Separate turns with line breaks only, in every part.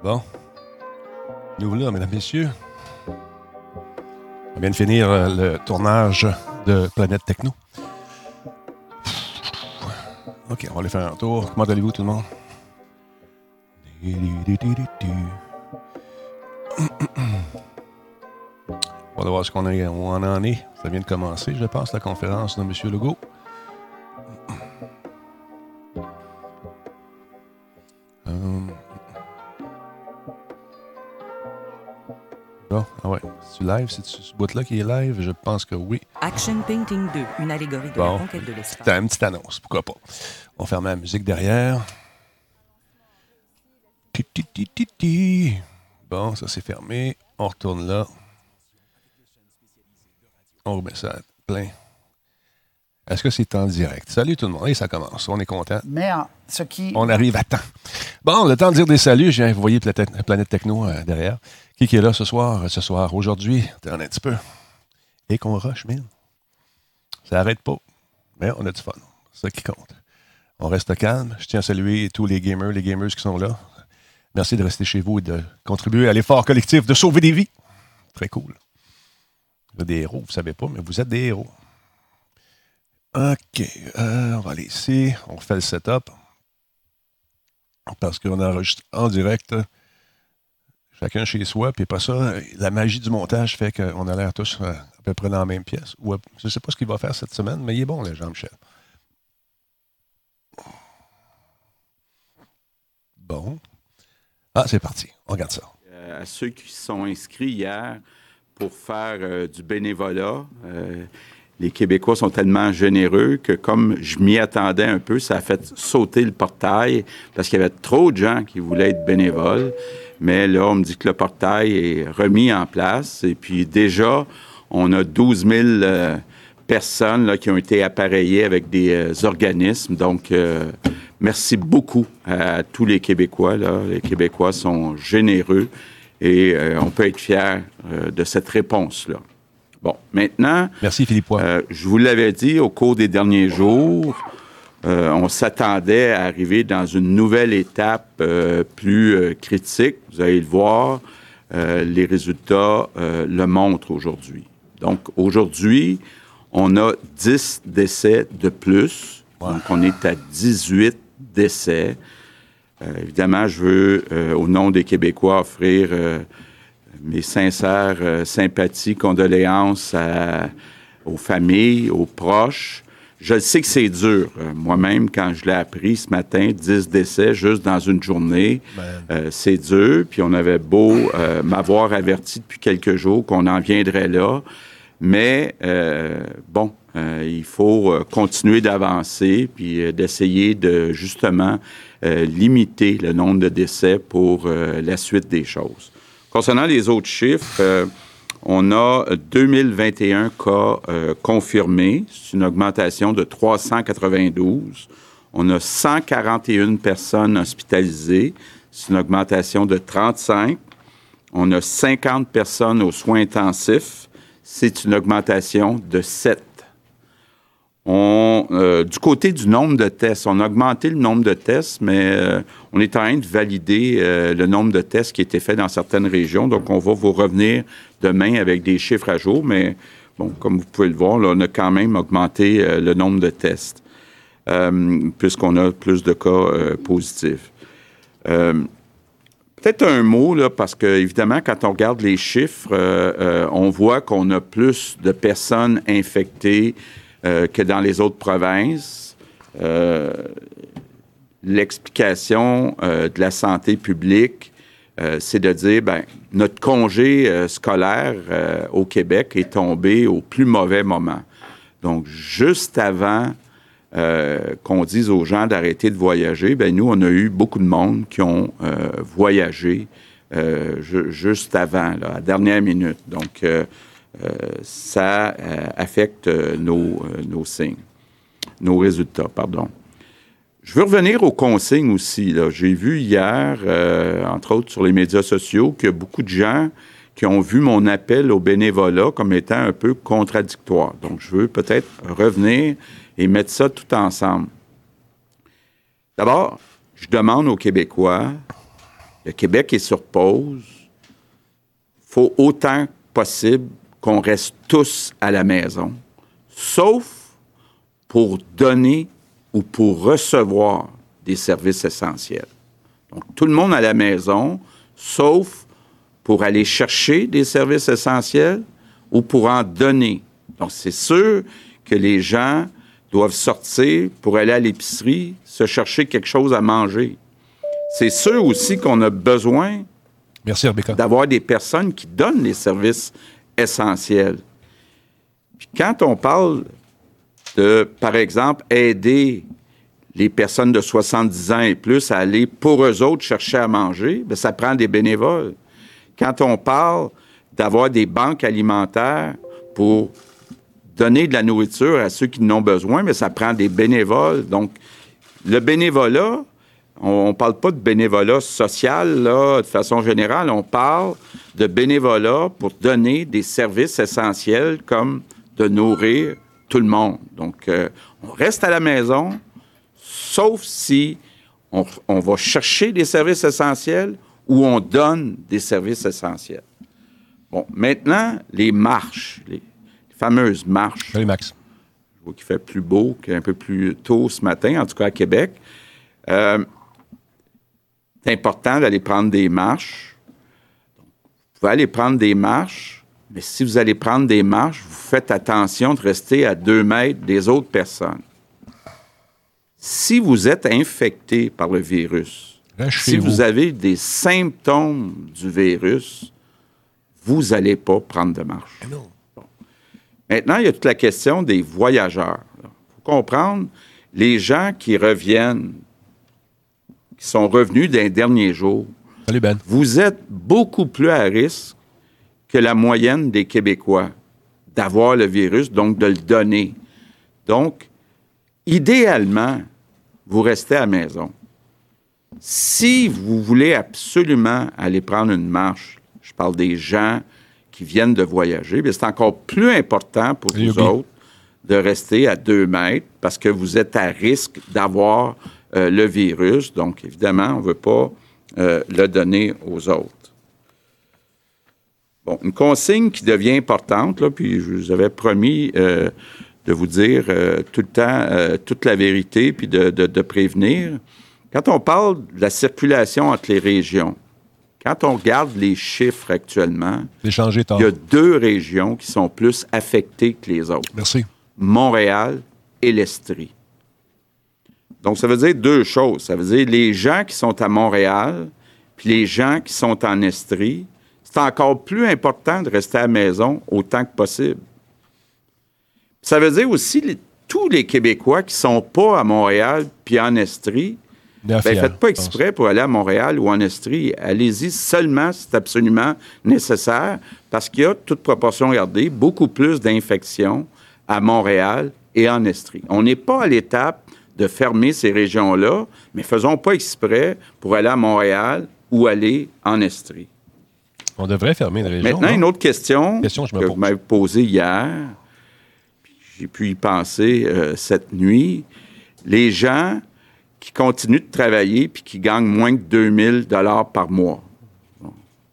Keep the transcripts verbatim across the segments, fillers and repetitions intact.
Bon. Nous voilà, mesdames, messieurs. On vient de finir euh, le tournage de Planète Techno. OK, on va aller faire un tour. Comment allez-vous, tout le monde? On va voir ce qu'on est, où on en est. Ça vient de commencer, je pense, la conférence de M. Legault. Hum. Bon, ah ouais. C'est-tu live? C'est ce bout-là qui est live? Je pense que oui.
Action Painting deux, une allégorie de
bon,
la conquête de l'espace.
C'était une petite annonce, pourquoi pas. On ferme la musique derrière. Ti, ti, ti, ti, ti. Bon, ça c'est fermé. On retourne là. On remet ça à plein. Est-ce que c'est en direct? Salut tout le monde. Et ça commence. On est content.
Mais en, ce qui...
On arrive à temps. Bon, le temps de dire des saluts. Je viens, vous voyez Planète, Planète Techno euh, derrière. Qui, qui est là ce soir? Ce soir, aujourd'hui, t'en un petit peu. Et qu'on rush, mille. Ça n'arrête pas. Mais on a du fun. C'est ça qui compte. On reste calme. Je tiens à saluer tous les gamers, les gamers qui sont là. Merci de rester chez vous et de contribuer à l'effort collectif de sauver des vies. Très cool. Vous êtes des héros, vous ne savez pas, mais vous êtes des héros. OK. Euh, on va aller ici. On fait le setup. Parce qu'on enregistre en direct. Chacun chez soi. Puis pas ça, la magie du montage fait qu'on a l'air tous à peu près dans la même pièce. Ou à, je ne sais pas ce qu'il va faire cette semaine, mais il est bon, là, Jean-Michel. Bon. Ah, c'est parti. On regarde ça.
Euh, à ceux qui se sont inscrits hier pour faire euh, du bénévolat, euh, les Québécois sont tellement généreux que comme je m'y attendais un peu, ça a fait sauter le portail parce qu'il y avait trop de gens qui voulaient être bénévoles. Mais là, on me dit que le portail est remis en place. Et puis déjà, on a douze mille euh, personnes là, qui ont été appareillées avec des euh, organismes. Donc, euh, merci beaucoup à tous les Québécois. Là. Les Québécois sont généreux et euh, on peut être fiers euh, de cette réponse-là. Bon, maintenant...
Merci, Philippe Poix.
Euh, je vous l'avais dit, au cours des derniers jours, euh, on s'attendait à arriver dans une nouvelle étape euh, plus euh, critique. Vous allez le voir, euh, les résultats euh, le montrent aujourd'hui. Donc, aujourd'hui, on a dix décès de plus. Wow. Donc, on est à dix-huit décès. Euh, évidemment, je veux, euh, au nom des Québécois, offrir euh, mes sincères euh, sympathies, condoléances à, aux familles, aux proches. Je sais que c'est dur. Euh, moi-même, quand je l'ai appris ce matin, dix décès juste dans une journée, euh, c'est dur. Puis on avait beau euh, m'avoir averti depuis quelques jours qu'on en viendrait là. Mais, euh, bon, euh, il faut euh, continuer d'avancer puis euh, d'essayer de, justement, euh, limiter le nombre de décès pour euh, la suite des choses. Concernant les autres chiffres, euh, on a deux mille vingt et un cas euh, confirmés. C'est une augmentation de trois cent quatre-vingt-douze. On a cent quarante et une personnes hospitalisées. C'est une augmentation de trente-cinq. On a cinquante personnes aux soins intensifs. C'est une augmentation de sept. On, euh, du côté du nombre de tests, on a augmenté le nombre de tests, mais euh, on est en train de valider euh, le nombre de tests qui a été fait dans certaines régions. Donc, on va vous revenir demain avec des chiffres à jour, mais bon, comme vous pouvez le voir, là, on a quand même augmenté euh, le nombre de tests, euh, puisqu'on a plus de cas euh, positifs. Euh, Peut-être un mot, là, parce que, évidemment, quand on regarde les chiffres, euh, euh, on voit qu'on a plus de personnes infectées euh, que dans les autres provinces. Euh, l'explication euh, de la santé publique, euh, c'est de dire, bien, notre congé euh, scolaire euh, au Québec est tombé au plus mauvais moment. Donc, juste avant Euh, qu'on dise aux gens d'arrêter de voyager, bien, nous, on a eu beaucoup de monde qui ont euh, voyagé euh, ju- juste avant, là, à la dernière minute. Donc, euh, euh, ça euh, affecte euh, nos, euh, nos signes, nos résultats, pardon. Je veux revenir aux consignes aussi, là. J'ai vu hier, euh, entre autres sur les médias sociaux, qu'il y a beaucoup de gens qui ont vu mon appel au bénévolat comme étant un peu contradictoire. Donc, je veux peut-être revenir et mettre ça tout ensemble. D'abord, je demande aux Québécois Le Québec est sur pause. Il faut autant que possible qu'on reste tous à la maison, sauf pour donner ou pour recevoir des services essentiels. Donc, tout le monde à la maison, sauf pour aller chercher des services essentiels ou pour en donner. Donc, c'est sûr que les gens doivent sortir pour aller à l'épicerie, se chercher quelque chose à manger. C'est sûr aussi qu'on a besoin
Merci, Rebecca.
d'avoir des personnes qui donnent les services essentiels. Puis quand on parle de, par exemple, aider les personnes de soixante-dix ans et plus à aller pour eux autres chercher à manger, bien, ça prend des bénévoles. Quand on parle d'avoir des banques alimentaires pour donner de la nourriture à ceux qui en ont besoin, mais ça prend des bénévoles. Donc, le bénévolat, on ne parle pas de bénévolat social, là, de façon générale, on parle de bénévolat pour donner des services essentiels comme de nourrir tout le monde. Donc, euh, on reste à la maison, sauf si on, on va chercher des services essentiels ou on donne des services essentiels. Bon, maintenant, les marches, les fameuses marches.
Salut, Max.
Je vois qu'il fait plus beau qu'un peu plus tôt ce matin, en tout cas à Québec. Euh, c'est important d'aller prendre des marches. Donc, vous pouvez aller prendre des marches, mais si vous allez prendre des marches, vous faites attention de rester à deux mètres des autres personnes. Si vous êtes infecté par le virus, si vous avez des symptômes du virus, vous n'allez pas prendre de marche.
Non.
Bon. Maintenant, il y a toute la question des voyageurs. Il faut comprendre, les gens qui reviennent, qui sont revenus d'un dernier jour,
Salut, Ben.
vous êtes beaucoup plus à risque que la moyenne des Québécois d'avoir le virus, donc de le donner. Donc, idéalement, vous restez à la maison. Si vous voulez absolument aller prendre une marche, je parle des gens qui viennent de voyager, bien, c'est encore plus important pour
Et
vous
oui.
autres de rester à deux mètres parce que vous êtes à risque d'avoir euh, le virus. Donc, évidemment, on ne veut pas euh, le donner aux autres. Bon, une consigne qui devient importante, là, puis je vous avais promis euh, de vous dire euh, tout le temps euh, toute la vérité, puis de, de, de prévenir. Quand on parle de la circulation entre les régions, quand on regarde les chiffres actuellement,
C'est changé tard.
il y a deux régions qui sont plus affectées que les autres.
Merci.
Montréal et l'Estrie. Donc, ça veut dire deux choses. Ça veut dire les gens qui sont à Montréal puis les gens qui sont en Estrie, c'est encore plus important de rester à la maison autant que possible. Ça veut dire aussi les, tous les Québécois qui ne sont pas à Montréal puis en Estrie,
Bien
ben,
fier,
faites pas
je pense.
exprès pour aller à Montréal ou en Estrie. Allez-y seulement si c'est absolument nécessaire, parce qu'il y a, toute proportion gardée, beaucoup plus d'infections à Montréal et en Estrie. On n'est pas à l'étape de fermer ces régions-là, mais faisons pas exprès pour aller à Montréal ou aller en Estrie.
On devrait fermer les régions.
Maintenant,
non?
une autre question,
Question que je me
que
pose.
vous m'avez posée hier, puis j'ai pu y penser euh, cette nuit. Les gens qui continuent de travailler puis qui gagnent moins que deux mille dollars par mois. Bon.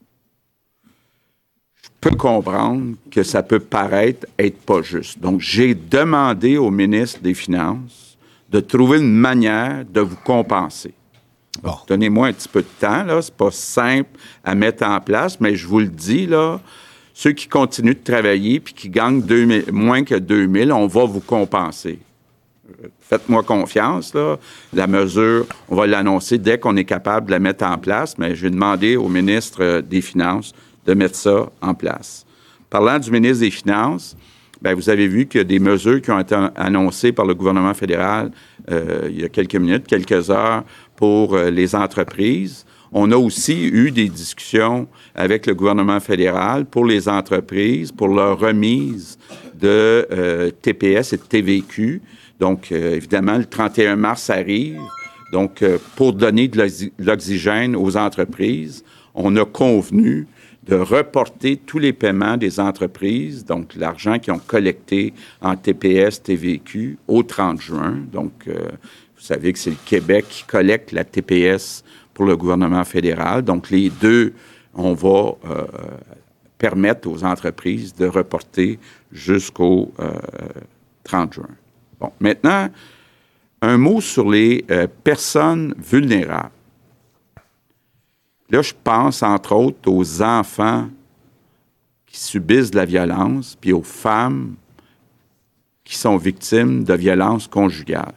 Je peux comprendre que ça peut paraître être pas juste. Donc, j'ai demandé au ministre des Finances de trouver une manière de vous compenser.
Bon.
Donnez-moi un petit peu de temps, là. C'est pas simple à mettre en place, mais je vous le dis, là, ceux qui continuent de travailler puis qui gagnent deux mille, moins que deux mille, on va vous compenser. Faites-moi confiance, là. La mesure, on va l'annoncer dès qu'on est capable de la mettre en place, mais je vais demander au ministre des Finances de mettre ça en place. Parlant du ministre des Finances, bien, vous avez vu qu'il y a des mesures qui ont été annoncées par le gouvernement fédéral euh, il y a quelques minutes, quelques heures, pour euh, les entreprises. On a aussi eu des discussions avec le gouvernement fédéral pour les entreprises, pour leur remise de euh, T P S et de T V Q. Donc, euh, évidemment, le trente et un mars arrive. Donc, euh, pour donner de l'oxy- l'oxygène aux entreprises, on a convenu de reporter tous les paiements des entreprises, donc l'argent qu'ils ont collecté en T P S, T V Q, au trente juin. Donc, euh, vous savez que c'est le Québec qui collecte la T P S pour le gouvernement fédéral. Donc, les deux, on va euh, permettre aux entreprises de reporter jusqu'au euh, trente juin. Bon, maintenant, un mot sur les euh, personnes vulnérables. Là, je pense, entre autres, aux enfants qui subissent de la violence, puis aux femmes qui sont victimes de violences conjugales.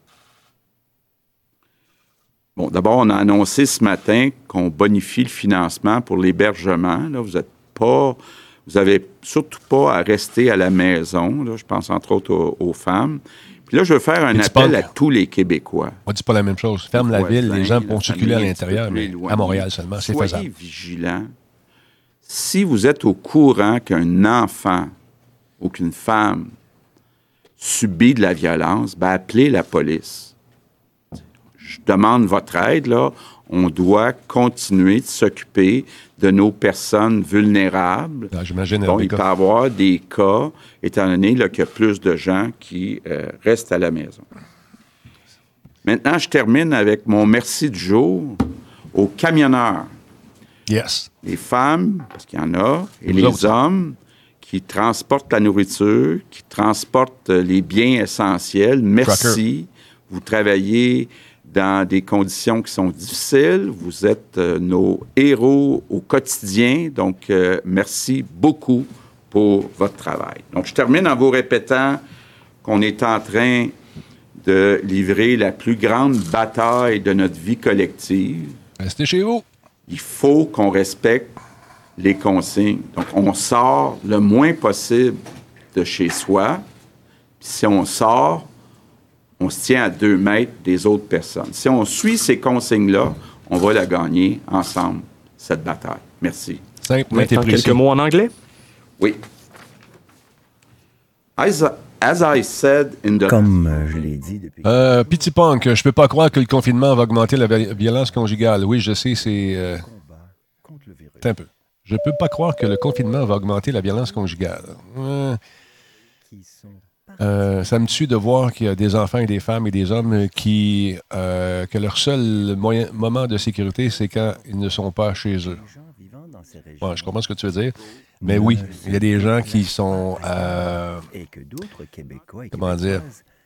Bon, d'abord, on a annoncé ce matin qu'on bonifie le financement pour l'hébergement. Là, vous êtes pas, vous avez surtout pas à rester à la maison. Là, je pense entre autres aux, aux femmes. Puis là, je veux faire un appel à tous les Québécois.
On dit pas la même chose. Ferme la ville, les gens vont circuler à l'intérieur, mais à Montréal seulement, c'est faisable.
Soyez vigilants. Si vous êtes au courant qu'un enfant ou qu'une femme subit de la violence, ben appelez la police. Je demande votre aide, là. On doit continuer de s'occuper de nos personnes vulnérables.
Ah, j'imagine.
Bon, il peut y avoir des cas, étant donné là, qu'il y a plus de gens qui euh, restent à la maison. Maintenant, je termine avec mon merci du jour aux camionneurs.
Yes.
Les femmes, parce qu'il y en a, et
Nous
les
autres.
hommes qui transportent la nourriture, qui transportent les biens essentiels. Merci. Trucker. Vous travaillez dans des conditions qui sont difficiles. Vous êtes euh, nos héros au quotidien. Donc, euh, merci beaucoup pour votre travail. Donc, je termine en vous répétant qu'on est en train de livrer la plus grande bataille de notre vie collective.
Restez chez vous.
Il faut qu'on respecte les consignes. Donc, on sort le moins possible de chez soi. Puis si on sort, on se tient à deux mètres des autres personnes. Si on suit ces consignes-là, on va la gagner ensemble, cette bataille. Merci.
Simple, mais
Maintenant, quelques mots en anglais?
Oui. As, as I said in the...
Comme euh, je l'ai dit depuis...
Euh, Petit Punk, je peux pas croire que le confinement va augmenter la vi- violence conjugale. Oui, je sais, c'est... Euh... Attends un peu. Je peux pas croire que le confinement va augmenter la violence conjugale. Euh... Euh, ça me tue de voir qu'il y a des enfants et des femmes et des hommes qui... Euh, que leur seul moyen, moment de sécurité, c'est quand ils ne sont pas chez eux. Ouais, je comprends ce que tu veux dire. Mais oui, il y a des gens qui sont... Euh, comment dire?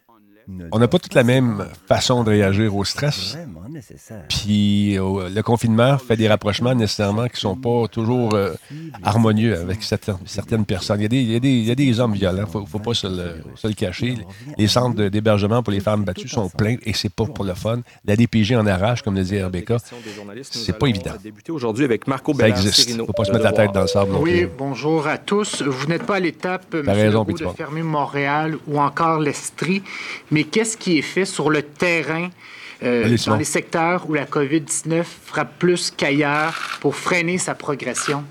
On n'a pas toute la même façon de réagir au stress. Puis euh, le confinement fait des rapprochements nécessairement qui ne sont pas toujours euh, harmonieux avec certaines, certaines personnes. Il y a des, il y a des, il y a des hommes violents, il ne faut pas se le, se le cacher. Les centres de, d'hébergement pour les femmes battues sont pleins et c'est pas pour le fun. La D P J en arrache, comme le dit Rebecca. C'est pas évident.
Débuter aujourd'hui avec Marco
Ça existe. Il ne faut pas se mettre la tête dans le sable non
Oui,
plus.
bonjour à tous. Vous n'êtes pas à l'étape, M.
raison,
Legault, de fermer Montréal ou encore l'Estrie, mais qu'est-ce qui est fait sur le terrain euh,
Allez,
dans les secteurs où la covid dix-neuf frappe plus qu'ailleurs pour freiner sa progression?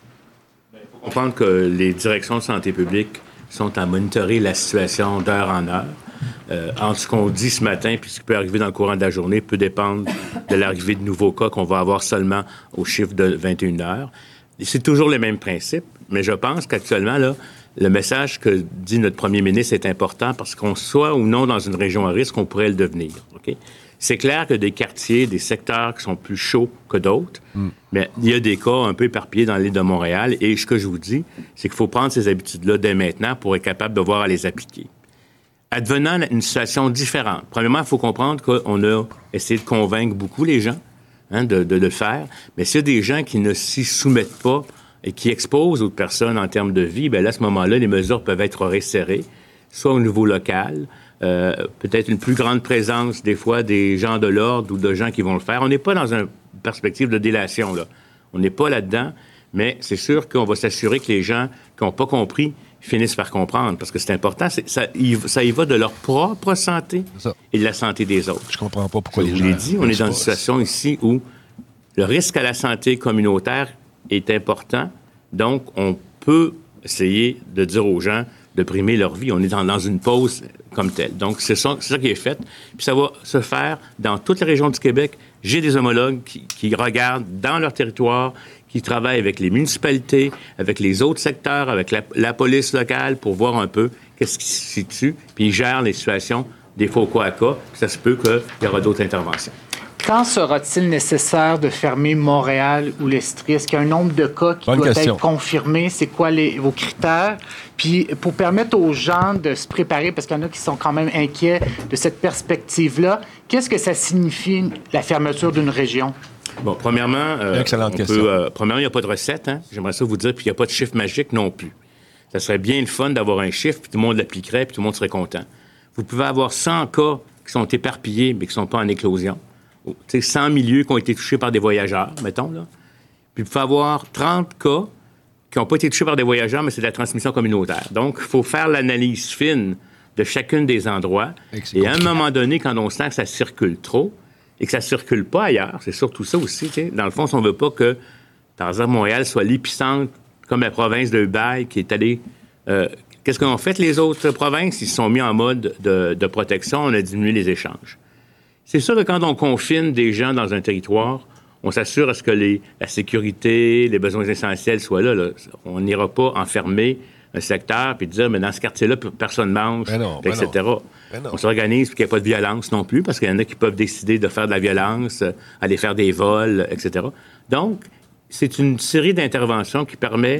Il faut comprendre que les directions de santé publique sont à monitorer la situation d'heure en heure. Euh, entre ce qu'on dit ce matin puis ce qui peut arriver dans le courant de la journée peut dépendre de l'arrivée de nouveaux cas qu'on va avoir seulement au chiffre de vingt et une heures. Et c'est toujours le même principe, mais je pense qu'actuellement, là, le message que dit notre premier ministre est important parce qu'on soit ou non dans une région à risque, on pourrait le devenir. Okay? C'est clair que des quartiers, des secteurs qui sont plus chauds que d'autres, mm. mais il y a des cas un peu éparpillés dans l'île de Montréal. Et ce que je vous dis, c'est qu'il faut prendre ces habitudes-là dès maintenant pour être capable de voir à les appliquer. Advenant une situation différente, premièrement, il faut comprendre qu'on a essayé de convaincre beaucoup les gens hein, de, de le faire, mais s'il y a des gens qui ne s'y soumettent pas et qui exposent d'autres personnes en termes de vie, bien là, à ce moment-là, les mesures peuvent être resserrées, soit au niveau local, euh, peut-être une plus grande présence, des fois, des gens de l'ordre ou de gens qui vont le faire. On n'est pas dans une perspective de délation, là. On n'est pas là-dedans, mais c'est sûr qu'on va s'assurer que les gens qui n'ont pas compris finissent par comprendre, parce que c'est important. C'est, ça, y, ça y va de leur propre santé et de la santé des autres.
Je comprends pas pourquoi
Je
les
vous
gens...
l'ai dit, on est dans une situation ici où le risque à la santé communautaire est important, donc on peut essayer de dire aux gens de primer leur vie. On est dans, dans une pause comme telle. Donc, c'est ça, c'est ça qui est fait. Puis ça va se faire dans toutes les régions du Québec. J'ai des homologues qui, qui regardent dans leur territoire, qui travaillent avec les municipalités, avec les autres secteurs, avec la, la police locale pour voir un peu qu'est-ce qui se situe, puis ils gèrent les situations des faux cas à cas. Ça se peut qu'il y aura d'autres interventions.
Quand sera-t-il nécessaire de fermer Montréal ou l'Estrie? Est-ce qu'il y a un nombre de cas qui
Bonne
doit
question.
être confirmé? C'est quoi les, vos critères? Puis pour permettre aux gens de se préparer, parce qu'il y en a qui sont quand même inquiets de cette perspective-là, qu'est-ce que ça signifie, la fermeture d'une région?
Bon, premièrement, euh,
Excellente
on
question.
peut, euh, premièrement, il n'y a pas de recette. Hein? J'aimerais ça vous dire, puis il n'y a pas de chiffre magique non plus. Ça serait bien le fun d'avoir un chiffre, puis tout le monde l'appliquerait, puis tout le monde serait content. Vous pouvez avoir cent cas qui sont éparpillés, mais qui ne sont pas en éclosion. Tu sais, cent milieux qui ont été touchés par des voyageurs, mettons, là. Puis vous pouvez avoir trente cas qui n'ont pas été touchés par des voyageurs, mais c'est de la transmission communautaire. Donc, il faut faire l'analyse fine de chacune des endroits.
Et,
et à un moment donné, quand on sent que ça circule trop et que ça ne circule pas ailleurs, c'est surtout ça aussi, tu sais. Dans le fond, si on ne veut pas que, par exemple, Montréal soit l'épicentre, comme la province de Hubei, qui est allée... Euh, qu'est-ce qu'ont fait les autres provinces? Ils se sont mis en mode de, de protection, on a diminué les échanges. C'est sûr que quand on confine des gens dans un territoire, on s'assure à ce que les, la sécurité, les besoins essentiels soient là. là. On n'ira pas enfermer un secteur puis dire, mais dans ce quartier-là, personne ne mange,
ben non, ben
et cetera.
Non. Ben non.
On s'organise pour qu'il n'y ait pas de violence non plus, parce qu'il y en a qui peuvent décider de faire de la violence, aller faire des vols, et cetera. Donc, c'est une série d'interventions qui permet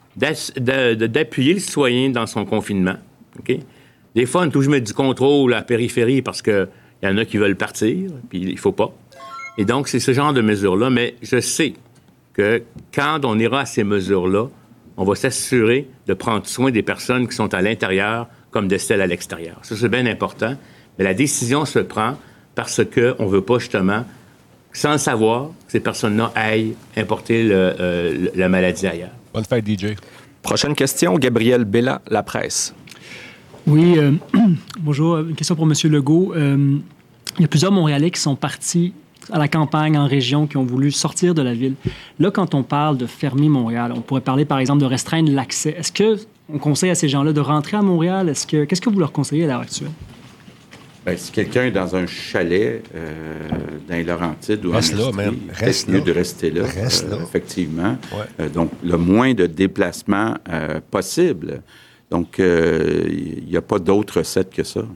d'appuyer le citoyen dans son confinement. Okay? Des fois, on est toujours mettre du contrôle à la périphérie parce qu'il y en a qui veulent partir, puis il ne faut pas. Et donc, c'est ce genre de mesures-là. Mais je sais que quand on ira à ces mesures-là, on va s'assurer de prendre soin des personnes qui sont à l'intérieur comme de celles à l'extérieur. Ça, c'est bien important. Mais la décision se prend parce qu'on ne veut pas, justement, sans le savoir, que ces personnes-là aillent importer le, euh, la maladie ailleurs.
Bonne fête, D J.
Prochaine question, Gabriel Bella, La Presse.
Oui, euh, bonjour. Une question pour M. Legault. Euh, il y a plusieurs Montréalais qui sont partis à la campagne, en région, qui ont voulu sortir de la ville. Là, quand on parle de fermer Montréal, on pourrait parler, par exemple, de restreindre l'accès. Est-ce qu'on conseille à ces gens-là de rentrer à Montréal? Est-ce que, qu'est-ce que vous leur conseillez à l'heure actuelle?
Bien, si quelqu'un est dans un chalet euh, dans les Laurentides ou
Reste
en
là,
Estrie,
man. Reste
c'est mieux
là.
de rester là,
Reste
euh,
là.
effectivement.
Ouais.
Euh, donc, le moins de déplacements euh, possible. Donc, il euh, n'y a pas d'autre recette que ça.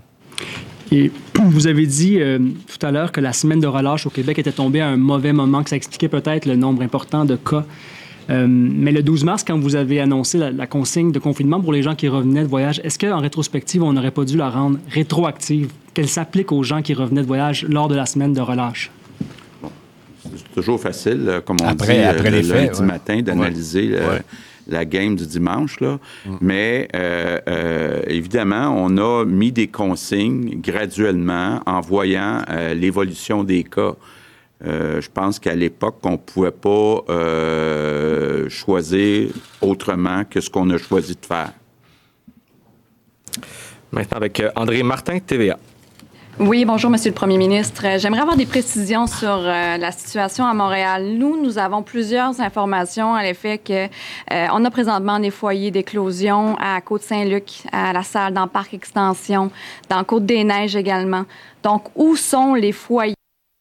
Et vous avez dit euh, tout à l'heure que la semaine de relâche au Québec était tombée à un mauvais moment, que ça expliquait peut-être le nombre important de cas. Euh, mais le douze mars, quand vous avez annoncé la, la consigne de confinement pour les gens qui revenaient de voyage, est-ce qu'en rétrospective, on n'aurait pas dû la rendre rétroactive, qu'elle s'applique aux gens qui revenaient de voyage lors de la semaine de relâche?
Bon, c'est toujours facile, là, comme on
Après-
dit,
après
euh,
les
le
faits,
lundi
ouais.
matin, d'analyser
Ouais.
euh,
Ouais.
la game du dimanche. Là. Mm. Mais euh, euh, évidemment, on a mis des consignes graduellement en voyant euh, l'évolution des cas. Euh, je pense qu'à l'époque, on ne pouvait pas euh, choisir autrement que ce qu'on a choisi de faire.
Maintenant avec euh, André Martin, T V A.
Oui, bonjour, Monsieur le Premier ministre. Euh, J'aimerais avoir des précisions sur euh, la situation à Montréal. Nous, nous avons plusieurs informations à l'effet que euh, on a présentement des foyers d'éclosion à Côte-Saint-Luc, à la salle, dans Parc Extension, dans Côte-des-Neiges également. Donc, où sont les foyers?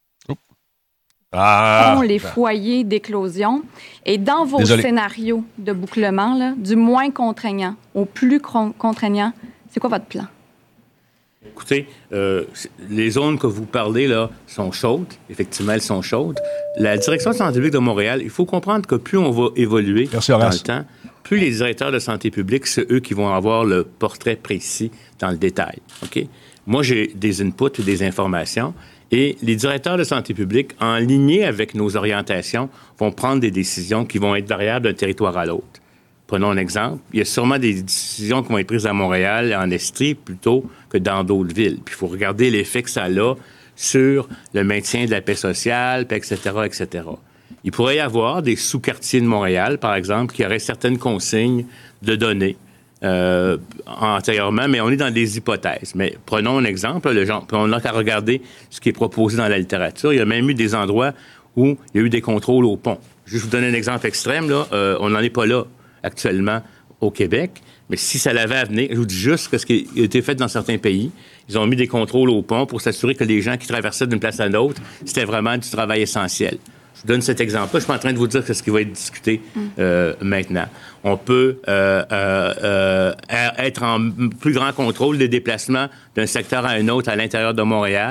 Ah!
sont les foyers d'éclosion? Et dans vos
Désolé.
scénarios de bouclement, là, du moins contraignant au plus con- contraignant, c'est quoi votre plan?
Écoutez, euh, les zones que vous parlez, là, sont chaudes. Effectivement, elles sont chaudes. La Direction de santé publique de Montréal, il faut comprendre que plus on va évoluer
Merci,
dans le
Horace.
temps, plus les directeurs de santé publique, c'est eux qui vont avoir le portrait précis dans le détail. OK? Moi, j'ai des inputs et des informations. Et les directeurs de santé publique, en lignée avec nos orientations, vont prendre des décisions qui vont être variables d'un territoire à l'autre. Prenons un exemple. Il y a sûrement des décisions qui vont être prises à Montréal et en Estrie plutôt que dans d'autres villes. Puis il faut regarder l'effet que ça a sur le maintien de la paix sociale, puis et cetera, et cetera. Il pourrait y avoir des sous-quartiers de Montréal, par exemple, qui auraient certaines consignes de données euh, antérieurement, mais on est dans des hypothèses. Mais prenons un exemple, le genre, on n'a qu'à regarder ce qui est proposé dans la littérature. Il y a même eu des endroits où il y a eu des contrôles au pont. Je vais vous donner un exemple extrême, là. Euh, on n'en est pas là actuellement au Québec, mais si ça l'avait à venir, je vous dis juste que ce qui a été fait dans certains pays, ils ont mis des contrôles au pont pour s'assurer que les gens qui traversaient d'une place à l'autre, c'était vraiment du travail essentiel. Je vous donne cet exemple-là. Je ne suis pas en train de vous dire que ce qui va être discuté euh, maintenant. On peut euh, euh, euh, être en plus grand contrôle des déplacements d'un secteur à un autre à l'intérieur de Montréal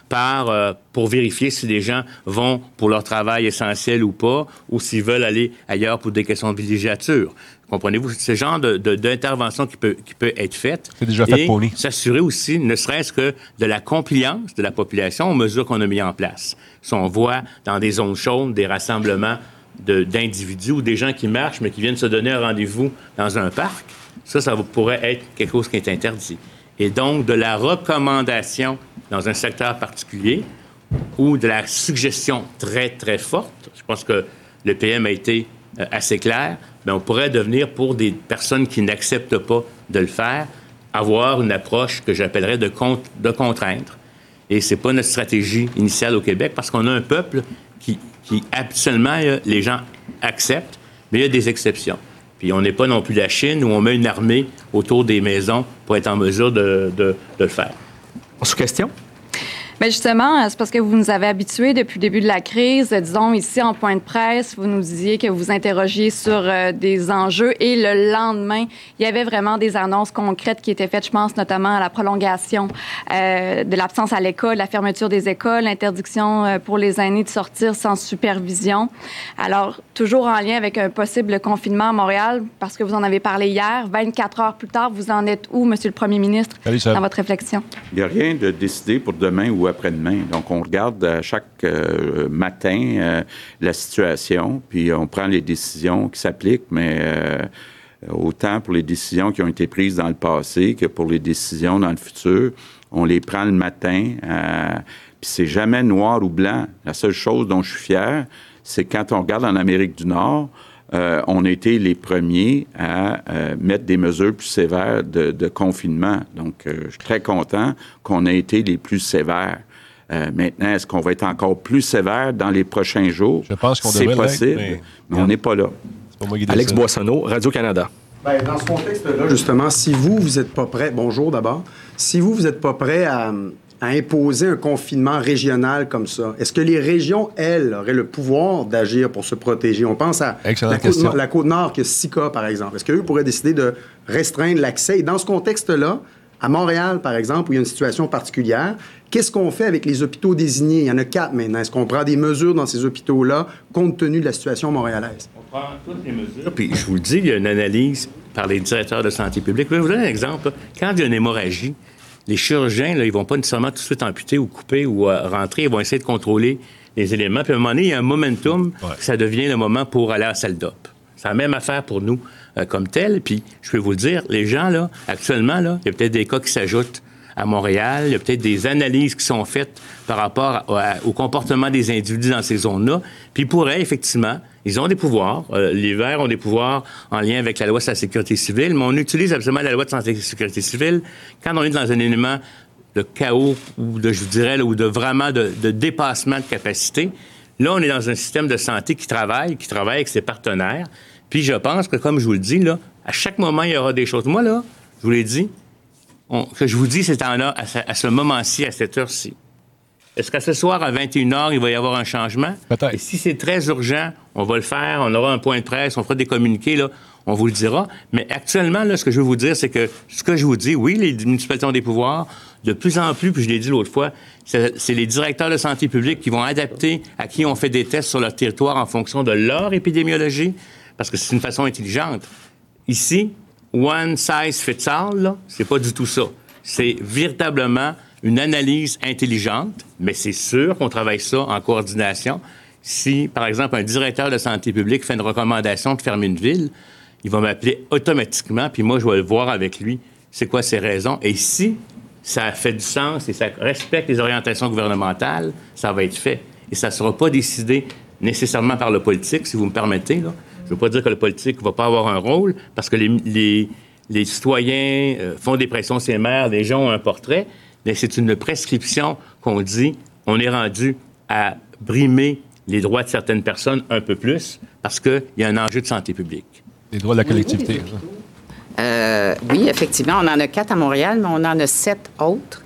par, euh, pour vérifier si les gens vont pour leur travail essentiel ou pas, ou s'ils veulent aller ailleurs pour des questions de villégiature. Comprenez-vous? C'est ce genre de, de, d'intervention qui peut, qui peut être faite.
C'est déjà fait pour nous.
S'assurer aussi, ne serait-ce que de la compliance de la population aux mesures qu'on a mises en place. Si on voit dans des zones chaudes des rassemblements de, d'individus ou des gens qui marchent, mais qui viennent se donner un rendez-vous dans un parc, ça, ça pourrait être quelque chose qui est interdit. Et donc, de la recommandation dans un secteur particulier ou de la suggestion très, très forte, je pense que le P M a été euh, assez clair, mais on pourrait devenir, pour des personnes qui n'acceptent pas de le faire, avoir une approche que j'appellerais de, con- de contraindre. Et c'est pas notre stratégie initiale au Québec, parce qu'on a un peuple qui, qui habituellement, les gens acceptent, mais il y a des exceptions. Puis on n'est pas non plus la Chine où on met une armée autour des maisons pour être en mesure de, de, de le faire.
Sous question?
Bien justement, c'est parce que vous nous avez habitués depuis le début de la crise. Disons, ici, en point de presse, vous nous disiez que vous interrogiez sur euh, des enjeux et le lendemain, il y avait vraiment des annonces concrètes qui étaient faites. Je pense notamment à la prolongation euh, de l'absence à l'école, la fermeture des écoles, l'interdiction euh, pour les aînés de sortir sans supervision. Alors, toujours en lien avec un possible confinement à Montréal, parce que vous en avez parlé hier, vingt-quatre heures plus tard, vous en êtes où, Monsieur le Premier ministre,
Salut,
dans votre réflexion?
Il n'y a rien de décidé pour demain ou après-demain. Donc, on regarde à chaque euh, matin euh, la situation, puis on prend les décisions qui s'appliquent, mais euh, autant pour les décisions qui ont été prises dans le passé que pour les décisions dans le futur, on les prend le matin, euh, puis c'est jamais noir ou blanc. La seule chose dont je suis fier, c'est quand on regarde en Amérique du Nord, Euh, on a été les premiers à euh, mettre des mesures plus sévères de, de confinement. Donc, euh, je suis très content qu'on ait été les plus sévères. Euh, maintenant, est-ce qu'on va être encore plus sévère dans les prochains jours?
Je pense qu'on
c'est
devrait
possible,
mais...
mais on n'est pas là.
C'est pas moi qui
Alex
décide.
Boissonneau, Radio-Canada.
Bien, dans ce contexte-là, justement, si vous, vous n'êtes pas prêt, bonjour d'abord, si vous, vous n'êtes pas prêt à, à imposer un confinement régional comme ça, est-ce que les régions, elles, auraient le pouvoir d'agir pour se protéger? On pense à la Côte, la Côte-Nord, qui a six cas, par exemple. Est-ce qu'eux pourraient décider de restreindre l'accès? Et dans ce contexte-là, à Montréal, par exemple, où il y a une situation particulière, qu'est-ce qu'on fait avec les hôpitaux désignés? Il y en a quatre maintenant. Est-ce qu'on prend des mesures dans ces hôpitaux-là, compte tenu de la situation montréalaise?
On prend toutes les mesures. Puis, je vous le dis, il y a une analyse par les directeurs de santé publique. Je vais vous donner un exemple. Quand il y a une hémorragie, les chirurgiens, là, ils ne vont pas nécessairement tout de suite amputer ou couper ou euh, rentrer. Ils vont essayer de contrôler les éléments. Puis, à un moment donné, il y a un momentum. Ouais. Ça devient le moment pour aller à la salle d'op. C'est la même affaire pour nous euh, comme tel. Puis, je peux vous le dire, les gens, là, actuellement, là, il y a peut-être des cas qui s'ajoutent à Montréal. Il y a peut-être des analyses qui sont faites par rapport à, à, au comportement des individus dans ces zones-là. Puis, ils pourraient, effectivement, ils ont des pouvoirs. Euh, les Verts ont des pouvoirs en lien avec la loi sur la sécurité civile, mais on utilise absolument la loi de santé et sécurité civile quand on est dans un élément de chaos ou de, je dirais, là, ou de vraiment de, de dépassement de capacité. Là, on est dans un système de santé qui travaille, qui travaille avec ses partenaires. Puis je pense que, comme je vous le dis, là, à chaque moment, il y aura des choses. Moi, là, je vous l'ai dit, on, que je vous dis, c'est en là, à, ce, à ce moment-ci, à cette heure-ci. Est-ce qu'à ce soir, à vingt et une heures, il va y avoir un changement?
Peut-être.
Et si c'est très urgent, on va le faire, on aura un point de presse, on fera des communiqués, là, on vous le dira. Mais actuellement, là, ce que je veux vous dire, c'est que ce que je vous dis, oui, les municipalités ont des pouvoirs. De plus en plus, puis je l'ai dit l'autre fois, c'est, c'est les directeurs de santé publique qui vont adapter à qui on fait des tests sur leur territoire en fonction de leur épidémiologie, parce que c'est une façon intelligente. Ici, one size fits all, là, c'est pas du tout ça. C'est véritablement une analyse intelligente, mais c'est sûr qu'on travaille ça en coordination. Si, par exemple, un directeur de santé publique fait une recommandation de fermer une ville, il va m'appeler automatiquement, puis moi, je vais le voir avec lui, c'est quoi ses raisons. Et si ça fait du sens et ça respecte les orientations gouvernementales, ça va être fait. Et ça ne sera pas décidé nécessairement par le politique, si vous me permettez, là. Je ne veux pas dire que le politique ne va pas avoir un rôle, parce que les, les, les citoyens euh, font des pressions sur les maires, les gens ont un portrait, mais c'est une prescription qu'on dit, on est rendu à brimer les droits de certaines personnes un peu plus, parce qu'il y a un enjeu de santé publique.
Les droits de la collectivité.
Euh, oui, effectivement, on en a quatre à Montréal, mais on en a sept autres.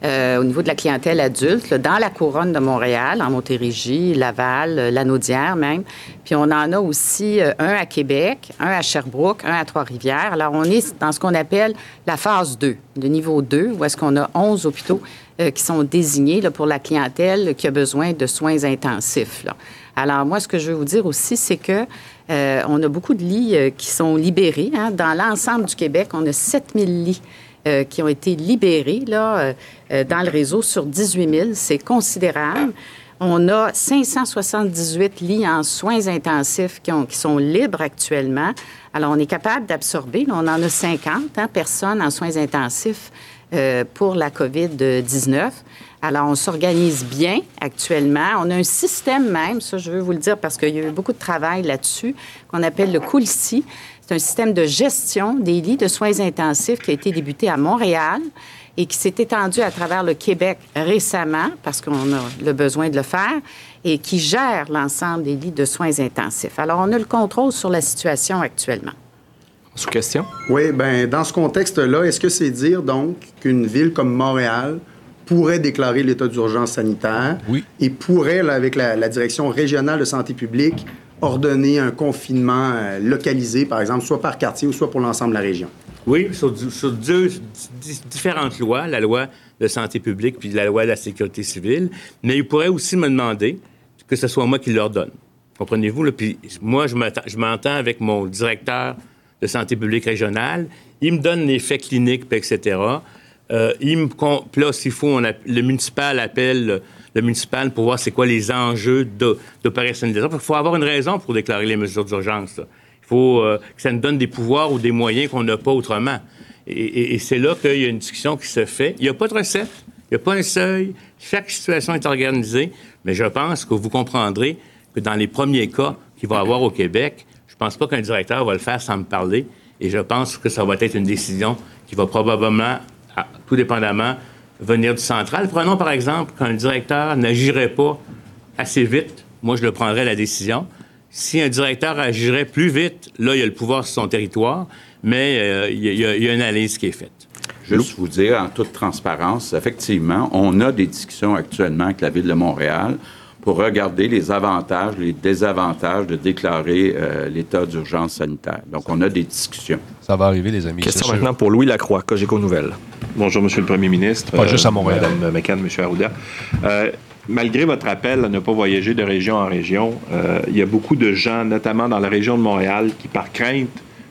euh, au niveau de la clientèle adulte, là, dans la couronne de Montréal, en Montérégie, Laval, euh, Lanaudière même. Puis on en a aussi euh, un à Québec, un à Sherbrooke, un à Trois-Rivières. Alors, on est dans ce qu'on appelle la phase deux, le niveau deux, où est-ce qu'on a onze hôpitaux euh, qui sont désignés là, pour la clientèle qui a besoin de soins intensifs, là. Alors, moi, ce que je veux vous dire aussi, c'est que euh, on a beaucoup de lits euh, qui sont libérés. Hein. Dans l'ensemble du Québec, on a sept mille lits euh, qui ont été libérés là, euh, dans le réseau sur dix-huit mille. C'est considérable. On a cinq cent soixante-dix-huit lits en soins intensifs qui, ont, qui sont libres actuellement. Alors, on est capable d'absorber. Là, on en a cinquante hein, personnes en soins intensifs euh, pour la covid dix-neuf. Alors, on s'organise bien actuellement. On a un système même, ça, je veux vous le dire parce qu'il y a eu beaucoup de travail là-dessus, qu'on appelle le COULCI. C'est un système de gestion des lits de soins intensifs qui a été débuté à Montréal et qui s'est étendu à travers le Québec récemment, parce qu'on a le besoin de le faire, et qui gère l'ensemble des lits de soins intensifs. Alors, on a le contrôle sur la situation actuellement.
Sous question?
Oui, bien, dans ce contexte-là, est-ce que c'est dire, donc, qu'une ville comme Montréal pourrait déclarer l'état d'urgence sanitaire
oui.
et pourrait, là, avec la, la direction régionale de santé publique, ordonner un confinement euh, localisé, par exemple, soit par quartier ou soit pour l'ensemble de la région?
Oui, sur, sur deux différentes lois, la loi de santé publique puis la loi de la sécurité civile, mais il pourrait aussi me demander que ce soit moi qui l'ordonne. Comprenez-vous? Là? Puis moi, je m'entends, je m'entends avec mon directeur de santé publique régionale, il me donne les faits cliniques, et cetera. Euh, il me, puis là, s'il faut, on a, le municipal appelle le, le municipal pour voir c'est quoi les enjeux de, d'opérationnalisation. Il faut avoir une raison pour déclarer les mesures d'urgence, là. Il faut euh, que ça nous donne des pouvoirs ou des moyens qu'on n'a pas autrement. Et, et, et c'est là qu'il y a une discussion qui se fait. Il n'y a pas de recette, il n'y a pas un seuil. Chaque situation est organisée, mais je pense que vous comprendrez que dans les premiers cas qu'il va y avoir au Québec, je ne pense pas qu'un directeur va le faire sans me parler. Et je pense que ça va être une décision qui va probablement, tout dépendamment, venir du central. Prenons par exemple qu'un directeur n'agirait pas assez vite. Moi, je le prendrais la décision. Si un directeur agirait plus vite, là, il y a le pouvoir sur son territoire, mais euh, il, y a, il y a une analyse qui est faite.
Juste vous dire, en toute transparence, effectivement, on a des discussions actuellement avec la Ville de Montréal pour regarder les avantages, les désavantages de déclarer euh, l'état d'urgence sanitaire. Donc, on a des discussions.
Ça va arriver, les amis.
Question maintenant sûr. Pour Louis Lacroix, Cogeco Nouvelles.
Bonjour, Monsieur le Premier ministre.
Pas euh, juste à Montréal.
Madame McCann, Monsieur Arruda. Euh, Malgré votre appel à ne pas voyager de région en région, euh, il y a beaucoup de gens, notamment dans la région de Montréal, qui, par crainte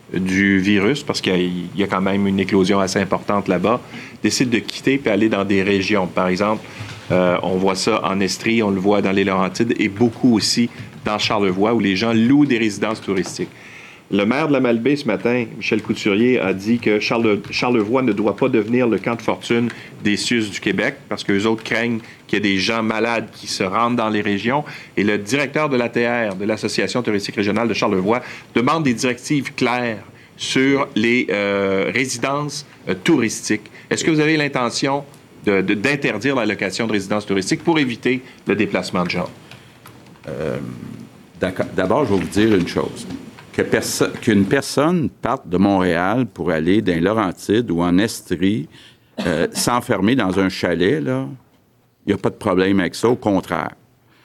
du virus, parce qu'il y a quand même une éclosion assez importante là-bas, décident de quitter et aller dans des régions. Par exemple, euh, on voit ça en Estrie, on le voit dans les Laurentides et beaucoup aussi dans Charlevoix, où les gens louent des résidences touristiques. Le maire de la Malbaie, ce matin, Michel Couturier, a dit que Charle- Charlevoix ne doit pas devenir le camp de fortune des C U S du Québec parce qu'eux autres craignent qu'il y ait des gens malades qui se rendent dans les régions. Et le directeur de l'A T R, de l'Association touristique régionale de Charlevoix, demande des directives claires sur les euh, résidences euh, touristiques. Est-ce que vous avez l'intention de, de, d'interdire la location de résidences touristiques pour éviter le déplacement de gens?
Euh, d'abord, je vais vous dire une chose. Que perso- qu'une personne parte de Montréal pour aller dans les Laurentides ou en Estrie, euh, s'enfermer dans un chalet, là, il n'y a pas de problème avec ça, au contraire.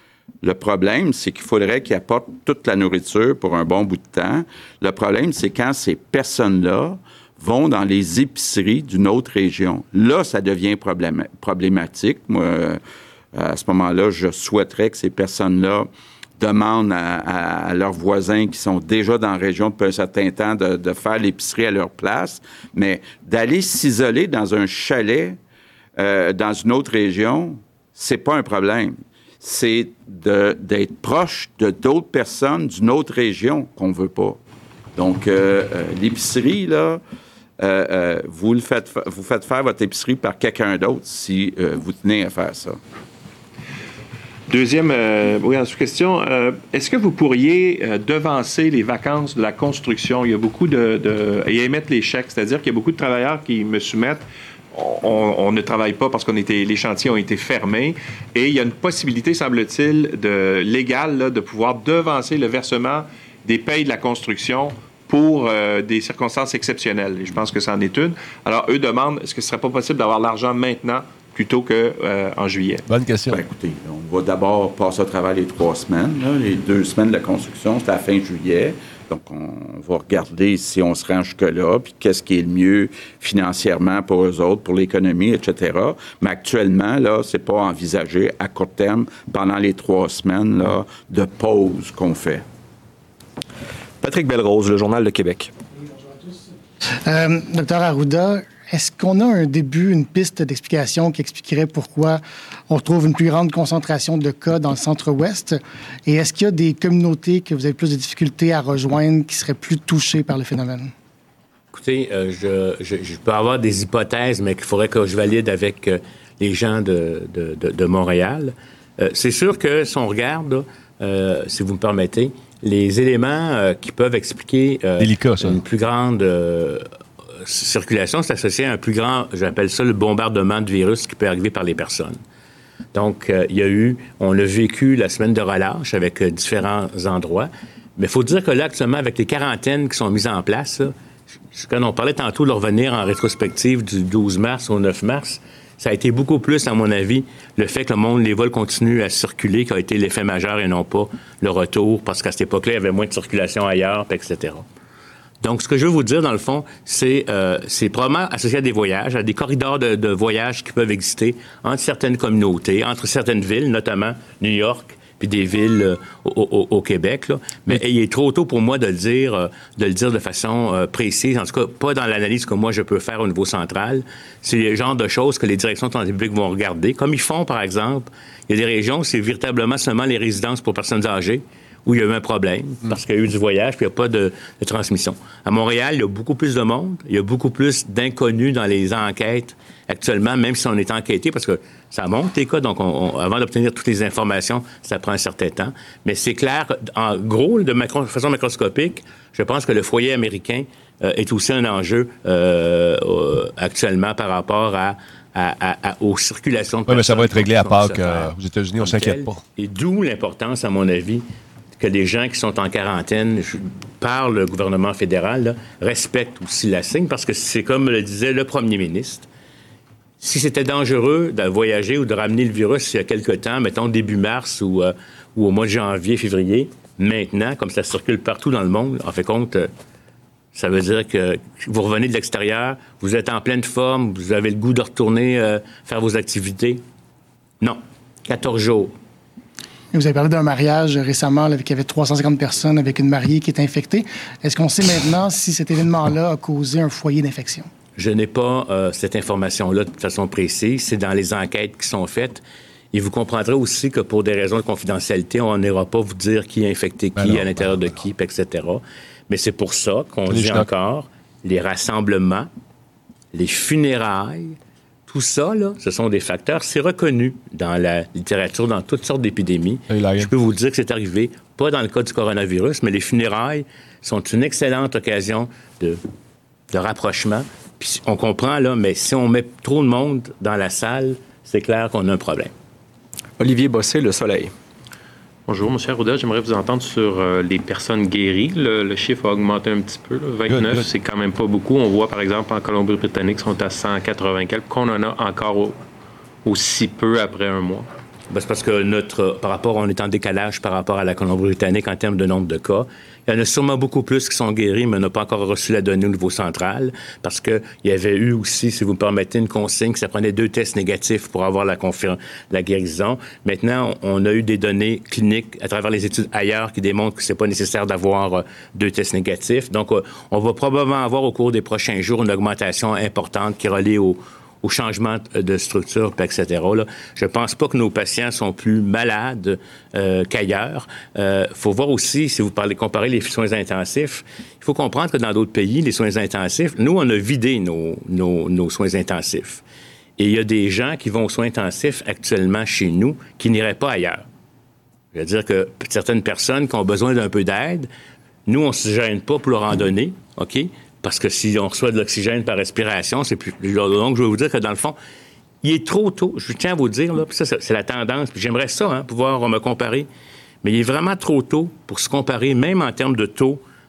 Le problème, c'est qu'il faudrait qu'ils apportent toute la nourriture pour un bon bout de temps. Le problème, c'est quand ces personnes-là vont dans les épiceries d'une autre région. Là, ça devient problém- problématique. Moi, euh, à ce moment-là, je souhaiterais que ces personnes-là demandent à, à, à leurs voisins qui sont déjà dans la région depuis un certain temps de, de faire l'épicerie à leur place, mais d'aller s'isoler dans un chalet euh, dans une autre région, c'est pas un problème. C'est de, d'être proche de d'autres personnes d'une autre région qu'on veut pas. Donc, euh, euh, l'épicerie, là, euh, euh, vous, le faites, vous faites faire votre épicerie par quelqu'un d'autre si euh, vous tenez à faire ça.
Deuxième, euh, oui, en sous-question, euh, est-ce que vous pourriez euh, devancer les vacances de la construction? Il y a beaucoup de... de et émettre les chèques, c'est-à-dire qu'il y a beaucoup de travailleurs qui me soumettent. On, on ne travaille pas parce qu'on était, les chantiers ont été fermés et il y a une possibilité, semble-t-il, de, légale là, de pouvoir devancer le versement des payes de la construction pour euh, des circonstances exceptionnelles. Et je pense que c'en est une. Alors, eux demandent, est-ce que ce ne serait pas possible d'avoir l'argent maintenant plutôt qu'en euh, juillet?
Bonne question.
Ben, écoutez, on va d'abord passer au travers les trois semaines. Là. Les deux semaines de la construction, c'est à la fin juillet. Donc, on va regarder si on se rend jusque-là, puis qu'est-ce qui est le mieux financièrement pour eux autres, pour l'économie, et cetera. Mais actuellement, là, c'est pas envisagé à court terme pendant les trois semaines là, de pause qu'on fait.
Patrick Belrose, le Journal de Québec.
Bonjour à tous. Euh, docteur Arruda, est-ce qu'on a un début, une piste d'explication qui expliquerait pourquoi on retrouve une plus grande concentration de cas dans le centre-ouest? Et est-ce qu'il y a des communautés que vous avez plus de difficultés à rejoindre qui seraient plus touchées par le phénomène?
Écoutez, euh, je, je, je peux avoir des hypothèses, mais qu'il faudrait que je valide avec euh, les gens de, de, de, de Montréal. Euh, c'est sûr que si on regarde, euh, si vous me permettez, les éléments euh, qui peuvent expliquer euh,
Délicat, ça.
une plus grande euh, circulation, c'est associé à un plus grand, j'appelle ça le bombardement de virus qui peut arriver par les personnes. Donc, euh, il y a eu, on l'a vécu la semaine de relâche avec euh, différents endroits, mais il faut dire que là, actuellement, avec les quarantaines qui sont mises en place, là, quand on parlait tantôt de revenir en rétrospective du douze mars au neuf mars, ça a été beaucoup plus, à mon avis, le fait que le monde, les vols continuent à circuler qui a été l'effet majeur et non pas le retour, parce qu'à cette époque-là, il y avait moins de circulation ailleurs, et cetera. Donc, ce que je veux vous dire, dans le fond, c'est euh, c'est probablement associé à des voyages, à des corridors de, de voyages qui peuvent exister entre certaines communautés, entre certaines villes, notamment New York, puis des villes euh, au, au, au Québec. Là. Mais il est trop tôt pour moi de le dire, euh, de le dire de façon euh, précise, en tout cas pas dans l'analyse que moi je peux faire au niveau central. C'est le genre de choses que les directions de santé publique vont regarder, comme ils font, par exemple. Il y a des régions où c'est véritablement seulement les résidences pour personnes âgées, où il y a eu un problème, parce qu'il y a eu du voyage, puis il n'y a pas de, de transmission. À Montréal, il y a beaucoup plus de monde, il y a beaucoup plus d'inconnus dans les enquêtes actuellement, même si on est enquêté, parce que ça monte les cas, donc on, on, avant d'obtenir toutes les informations, ça prend un certain temps. Mais c'est clair, en gros, de macro, façon macroscopique, je pense que le foyer américain euh, est aussi un enjeu euh, euh, actuellement par rapport à À, à, à, aux circulations de
personnes. Oui, mais ça va être réglé à Pâques
euh,
aux États-Unis, on ne s'inquiète pas.
Et d'où l'importance, à mon avis, que les gens qui sont en quarantaine, par le gouvernement fédéral, là, respectent aussi la signe, parce que c'est comme le disait le premier ministre. Si c'était dangereux de voyager ou de ramener le virus il y a quelque temps, mettons début mars ou, euh, ou au mois de janvier, février, maintenant, comme ça circule partout dans le monde, en fait compte, euh, ça veut dire que vous revenez de l'extérieur, vous êtes en pleine forme, vous avez le goût de retourner euh, faire vos activités. Non. quatorze jours.
Vous avez parlé d'un mariage récemment là, avec, il y avait trois cent cinquante personnes avec une mariée qui est infectée. Est-ce qu'on sait maintenant si cet événement-là a causé un foyer d'infection?
Je n'ai pas euh, cette information-là de façon précise. C'est dans les enquêtes qui sont faites. Et vous comprendrez aussi que pour des raisons de confidentialité, on n'ira pas vous dire qui a infecté qui, ben non, à l'intérieur de qui, et cetera. Mais c'est pour ça qu'on dit encore les rassemblements, les funérailles, tout ça, là, ce sont des facteurs. C'est reconnu dans la littérature, dans toutes sortes d'épidémies. Je peux vous dire que c'est arrivé, pas dans le cas du coronavirus, mais les funérailles sont une excellente occasion de, de rapprochement. Puis on comprend, là, mais si on met trop de monde dans la salle, c'est clair qu'on a un problème.
Olivier Bossé, Le Soleil.
Bonjour, M. Arruda. J'aimerais vous entendre sur euh, les personnes guéries. Le, le chiffre a augmenté un petit peu. Là. vingt-neuf, good, good. C'est quand même pas beaucoup. On voit, par exemple, en Colombie-Britannique, sont à cent quatre-vingts quelques, qu'on en a encore au, aussi peu après un mois.
Ben, c'est parce que notre, par rapport, on est en décalage par rapport à la Colombie-Britannique en termes de nombre de cas. Il y en a sûrement beaucoup plus qui sont guéris, mais on n'a pas encore reçu la donnée au niveau central, parce qu'il y avait eu aussi, si vous me permettez, une consigne que ça prenait deux tests négatifs pour avoir la, confir- la guérison. Maintenant, on a eu des données cliniques à travers les études ailleurs qui démontrent que c'est pas nécessaire d'avoir euh, deux tests négatifs. Donc, euh, on va probablement avoir au cours des prochains jours une augmentation importante qui est reliée au au changement de structure, et cetera. Là. Je ne pense pas que nos patients sont plus malades euh, qu'ailleurs. Il euh, faut voir aussi, si vous parlez, comparez les soins intensifs, il faut comprendre que dans d'autres pays, les soins intensifs, nous, on a vidé nos, nos, nos soins intensifs. Et il y a des gens qui vont aux soins intensifs actuellement chez nous qui n'iraient pas ailleurs. Je veux dire que certaines personnes qui ont besoin d'un peu d'aide, nous, on ne se gêne pas pour leur en donner, OK? Parce que si on reçoit de l'oxygène par respiration, c'est plus. Donc, je vais vous dire que dans le fond, il est trop tôt. Je tiens à vous dire, là, puis ça, c'est la tendance, puis j'aimerais ça, hein, pouvoir me comparer, mais il est vraiment trop tôt pour se comparer, même en termes de taux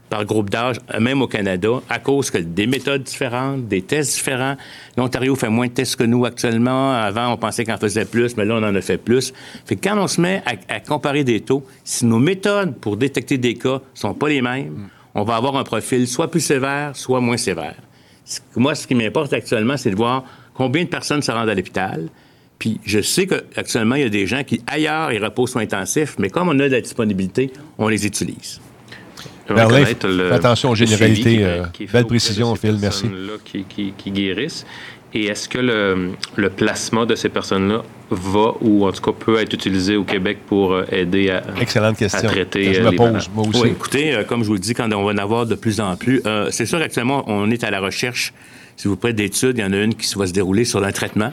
par groupe d'âge, même au Canada, à cause que des méthodes différentes, des tests différents. L'Ontario fait moins de tests que nous actuellement. Avant, on pensait qu'on en faisait plus, mais là, on en a fait plus. Fait que quand on se met à, à comparer des taux, si nos méthodes pour détecter des cas sont pas les mêmes, mm. on va avoir un profil soit plus sévère, soit moins sévère. Moi, ce qui m'importe actuellement, c'est de voir combien de personnes se rendent à l'hôpital. Puis je sais qu'actuellement, il y a des gens qui, ailleurs, ils reposent soins intensifs, mais comme on a de la disponibilité, on les utilise.
Berlin, le, attention aux généralités. Euh, belle précision, Phil, merci.
Qui, qui, qui guérissent. Et est-ce que le, le plasma de ces personnes-là va, ou en tout cas peut être utilisé au Québec pour aider à,
Excellente question.
à traiter
je
euh,
me pose, moi aussi.
Oui, écoutez, euh, comme je vous le dis, quand on va en avoir de plus en plus, euh, c'est sûr qu'actuellement, on est à la recherche, s'il vous plaît, d'études. Il y en a une qui va se dérouler sur un traitement.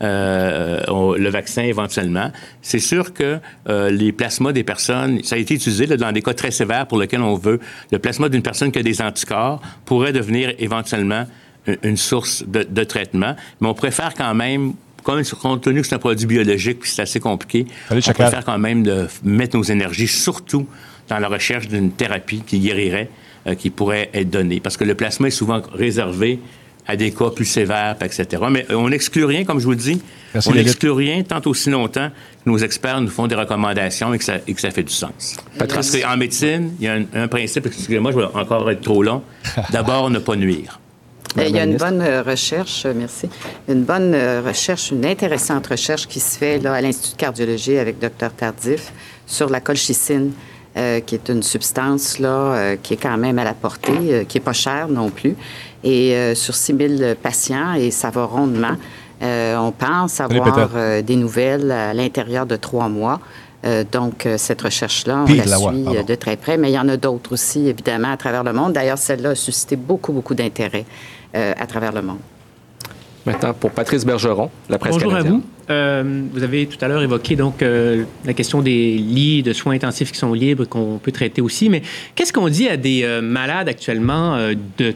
Euh, on, le vaccin éventuellement. C'est sûr que euh, les plasmas des personnes, ça a été utilisé là, dans des cas très sévères pour lesquels on veut, le plasma d'une personne qui a des anticorps pourrait devenir éventuellement une, une source de, de traitement, mais on préfère quand même, compte tenu que c'est un produit biologique puis c'est assez compliqué, Allez, on préfère quand même de mettre nos énergies surtout dans la recherche d'une thérapie qui guérirait, euh, qui pourrait être donnée, parce que le plasma est souvent réservé à des cas plus sévères, et cetera. Mais on n'exclut rien, comme je vous le dis. Merci, on n'exclut rien tant aussi longtemps que nos experts nous font des recommandations et que ça, et que ça fait du sens. Parce qu'en médecine, il y a un, un principe, excusez-moi, je vais encore être trop long, d'abord, ne pas nuire.
Il y a une bonne recherche, merci, une bonne recherche, une intéressante recherche qui se fait là, à l'Institut de cardiologie avec docteur Tardif sur la colchicine, euh, qui est une substance là, euh, qui est quand même à la portée, euh, qui n'est pas chère non plus, et euh, sur six mille patients, et ça va rondement. Euh, on pense avoir euh, des nouvelles à l'intérieur de trois mois. Euh, donc, euh, cette recherche-là, on Pire, la suit euh, de très près, mais il y en a d'autres aussi, évidemment, à travers le monde. D'ailleurs, celle-là a suscité beaucoup, beaucoup d'intérêt euh, à travers le monde.
Maintenant, pour Patrice Bergeron, la presse
Bonjour
canadienne.
à vous. Euh, vous avez tout à l'heure évoqué donc euh, la question des lits de soins intensifs qui sont libres, qu'on peut traiter aussi, mais qu'est-ce qu'on dit à des euh, malades actuellement euh, de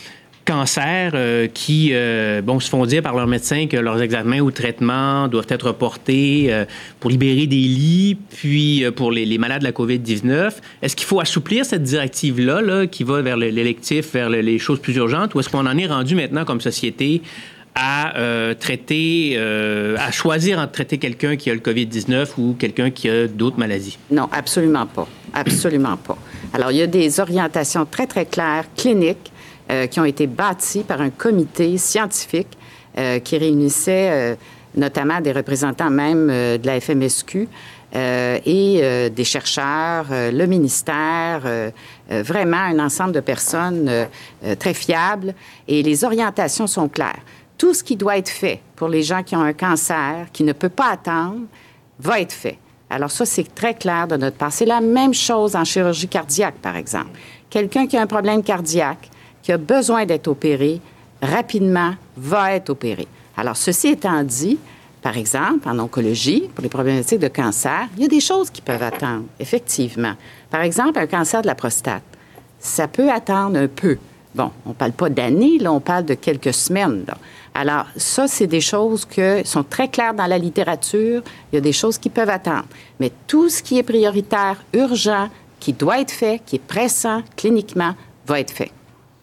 cancer euh, qui euh, bon, se font dire par leur médecin que leurs examens ou traitements doivent être reportés euh, pour libérer des lits, puis euh, pour les, les malades de la covid dix-neuf. Est-ce qu'il faut assouplir cette directive-là là, qui va vers l'électif, vers le, les choses plus urgentes, ou est-ce qu'on en est rendu maintenant comme société à euh, traiter, euh, à choisir entre traiter quelqu'un qui a le covid dix-neuf ou quelqu'un qui a d'autres maladies?
Non, absolument pas. Absolument pas. Alors, il y a des orientations très, très claires, cliniques, Euh, qui ont été bâtis par un comité scientifique euh, qui réunissait euh, notamment des représentants même euh, de la F M S Q euh, et euh, des chercheurs, euh, le ministère, euh, euh, vraiment un ensemble de personnes euh, euh, très fiables, et les orientations sont claires. Tout ce qui doit être fait pour les gens qui ont un cancer, qui ne peut pas attendre, va être fait. Alors ça, c'est très clair de notre part. C'est la même chose en chirurgie cardiaque, par exemple. Quelqu'un qui a un problème cardiaque, qui a besoin d'être opéré, rapidement, va être opéré. Alors, ceci étant dit, par exemple, en oncologie, pour les problématiques de cancer, il y a des choses qui peuvent attendre, effectivement. Par exemple, un cancer de la prostate, ça peut attendre un peu. Bon, on ne parle pas d'années, là, on parle de quelques semaines, là. Alors, ça, c'est des choses qui sont très claires dans la littérature. Il y a des choses qui peuvent attendre. Mais tout ce qui est prioritaire, urgent, qui doit être fait, qui est pressant, cliniquement, va être fait.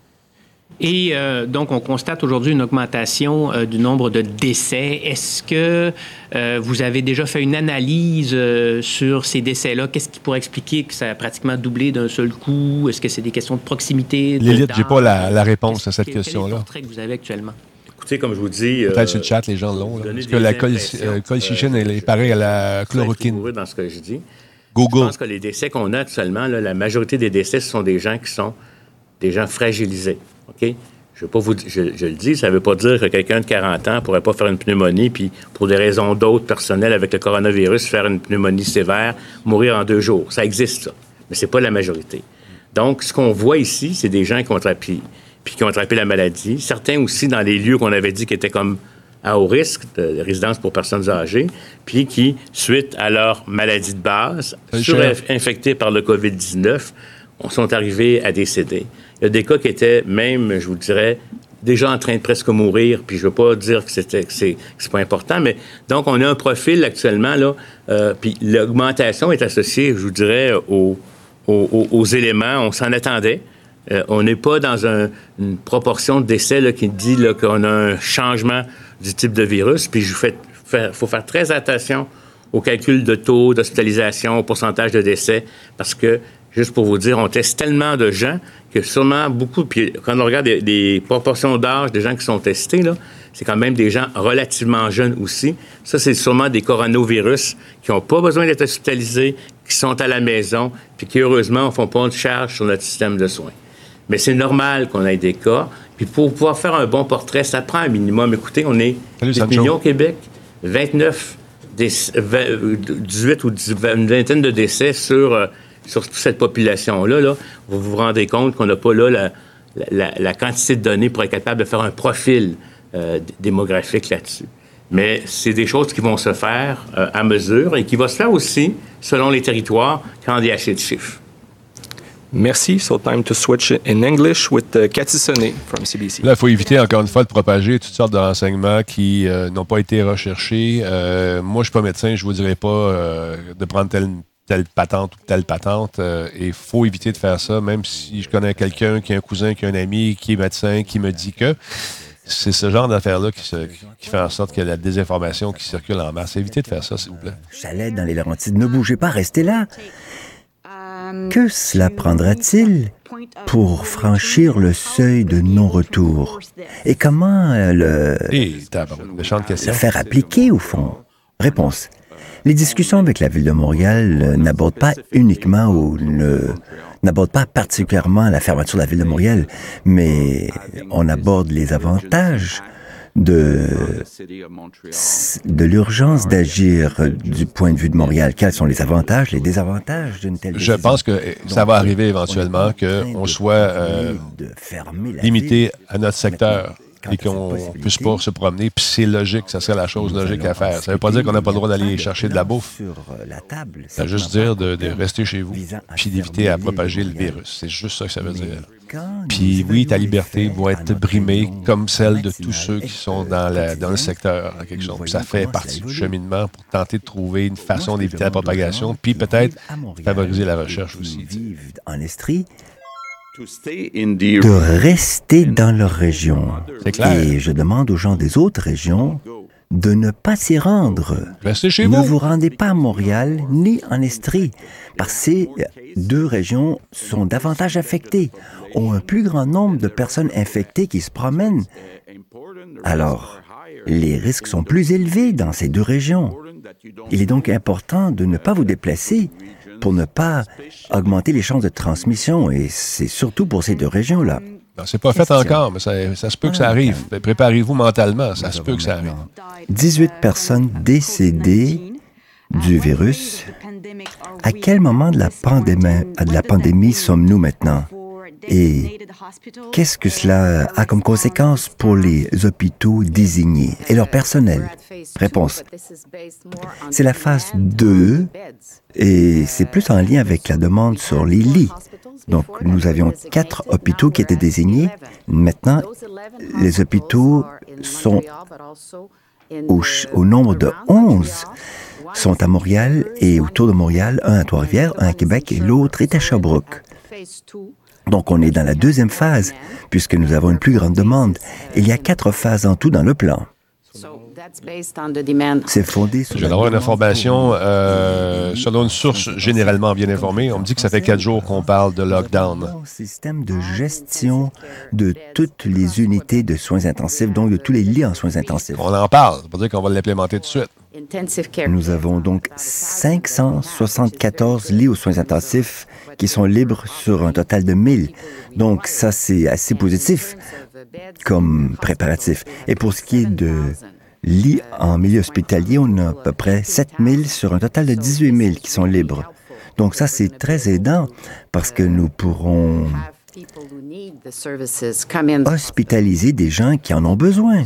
Et euh, donc, on constate aujourd'hui une augmentation euh, du nombre de décès. Est-ce que euh, vous avez déjà fait une analyse euh, sur ces décès-là? Qu'est-ce qui pourrait expliquer que ça a pratiquement doublé d'un seul coup? Est-ce que c'est des questions de proximité?
L'élite, je n'ai pas la, la réponse à cette
quel,
question-là.
Quel est le portrait que vous avez actuellement?
Écoutez, comme je vous dis...
Peut-être euh, sur le chat, les gens l'ont. Parce que la colchicine, elle est pareille à la chloroquine.
Dans ce que je dis.
Google.
Je pense que les décès qu'on a actuellement, là, la majorité des décès, ce sont des gens qui sont des gens fragilisés. OK? Je, veux pas vous, je, je le dis, ça ne veut pas dire que quelqu'un de quarante ans ne pourrait pas faire une pneumonie, puis pour des raisons d'autres personnelles avec le coronavirus, faire une pneumonie sévère, mourir en deux jours. Ça existe, ça. Mais ce n'est pas la majorité. Donc, ce qu'on voit ici, c'est des gens qui ont attrapé, puis qui ont attrapé la maladie. Certains aussi dans les lieux qu'on avait dit qui étaient comme à haut risque, de résidence pour personnes âgées, puis qui, suite à leur maladie de base, sur-infectés par le covid dix-neuf, sont arrivés à décéder. Il y a des cas qui étaient même, je vous dirais, déjà en train de presque mourir, puis je ne veux pas dire que, c'était, que, c'est, que c'est pas important, mais donc on a un profil actuellement, là, euh, puis l'augmentation est associée, je vous dirais, aux, aux, aux éléments, on s'en attendait. Euh, on n'est pas dans un, une proportion de décès là, qui dit là, qu'on a un changement du type de virus. Puis il faut faire très attention au calcul de taux d'hospitalisation, au pourcentage de décès, parce que, juste pour vous dire, on teste tellement de gens que sûrement beaucoup... Puis quand on regarde des, des proportions d'âge des gens qui sont testés, là, c'est quand même des gens relativement jeunes aussi. Ça, c'est sûrement des coronavirus qui n'ont pas besoin d'être hospitalisés, qui sont à la maison, puis qui, heureusement, ne font pas de charge sur notre système de soins. Mais c'est normal qu'on ait des cas. Puis pour pouvoir faire un bon portrait, ça prend un minimum. Écoutez, on est huit millions au Québec, vingt-neuf, dix-huit ou une vingtaine de décès sur, euh, sur toute cette population-là. Là. Vous vous rendez compte qu'on n'a pas là la, la, la quantité de données pour être capable de faire un profil euh, démographique là-dessus. Mais c'est des choses qui vont se faire euh, à mesure et qui vont se faire aussi selon les territoires quand il y a assez de chiffres.
Merci. So time to switch in English with uh, Cathy Sonnet from C B C.
Là, il faut éviter encore une fois de propager toutes sortes de renseignements qui euh, n'ont pas été recherchés. Euh, moi, je ne suis pas médecin, je ne vous dirais pas euh, de prendre telle, telle patente ou telle patente. Euh, et il faut éviter de faire ça, même si je connais quelqu'un qui a un cousin, qui a un ami, qui est médecin, qui me dit que c'est ce genre d'affaires-là qui, se, qui fait en sorte qu'il y a la désinformation qui circule en masse. Évitez de faire ça, s'il vous plaît.
Chalet dans les Laurentides, ne bougez pas, restez là. Que cela prendra-t-il pour franchir le seuil de non-retour? Et comment le,
Et, méchante question.
le faire appliquer, au fond? Réponse. Les discussions avec la Ville de Montréal n'abordent pas uniquement ou ne, n'abordent pas particulièrement la fermeture de la Ville de Montréal, mais on aborde les avantages de, de l'urgence d'agir du point de vue de Montréal. Quels sont les avantages, les désavantages d'une telle décision?
Je pense que ça va arriver éventuellement qu'on soit euh, limité à notre secteur et qu'on ne puisse pas se promener. Puis c'est logique, ça serait la chose logique à faire. Ça ne veut pas dire qu'on n'a pas le droit d'aller chercher de la bouffe. Ça veut juste dire de, de rester chez vous puis d'éviter à propager le virus. C'est juste ça que ça veut dire. Puis oui, ta liberté va être brimée comme celle de tous ceux qui sont dans, la, dans le secteur. Quelque chose. Ça fait partie du cheminement pour tenter de trouver une façon d'éviter la propagation, puis peut-être favoriser la recherche aussi.
En Estrie, de rester dans leur région.
C'est clair.
Et je demande aux gens des autres régions de ne pas s'y rendre.
Restez chez
ne
vous.
Ne vous rendez pas à Montréal ni en Estrie, parce que ces deux régions sont davantage affectées, ont un plus grand nombre de personnes infectées qui se promènent. Alors, les risques sont plus élevés dans ces deux régions. Il est donc important de ne pas vous déplacer pour ne pas augmenter les chances de transmission, et c'est surtout pour ces deux régions-là.
Non, c'est pas fait encore, mais ça, ça se peut que ça arrive. Préparez-vous mentalement, ça se peut que ça arrive.
dix-huit personnes décédées du virus. À quel moment de la pandémie, de la pandémie sommes-nous maintenant? Et qu'est-ce que cela a comme conséquence pour les hôpitaux désignés et leur personnel? Réponse. C'est la phase deux et c'est plus en lien avec la demande sur les lits. Donc, nous avions quatre hôpitaux qui étaient désignés. Maintenant, les hôpitaux sont au, au nombre de onze sont à Montréal et autour de Montréal, un à Trois-Rivières, un à Québec et l'autre est à Sherbrooke. Donc, on est dans la deuxième phase, puisque nous avons une plus grande demande. Il y a quatre phases en tout dans le plan. C'est fondé sur...
Je vais avoir une information euh, selon une source généralement bien informée. On me dit que ça fait quatre jours qu'on parle de lockdown.
Un système de gestion de toutes les unités de soins intensifs, donc de tous les lits en soins intensifs.
On en parle, ça veut pas dire qu'on va l'implémenter tout de suite.
Nous avons donc cinq cent soixante-quatorze lits aux soins intensifs qui sont libres sur un total de mille. Donc ça, c'est assez positif comme préparatif. Et pour ce qui est de lits en milieu hospitalier, on a à peu près sept mille sur un total de dix-huit mille qui sont libres. Donc ça, c'est très aidant parce que nous pourrons hospitaliser des gens qui en ont besoin.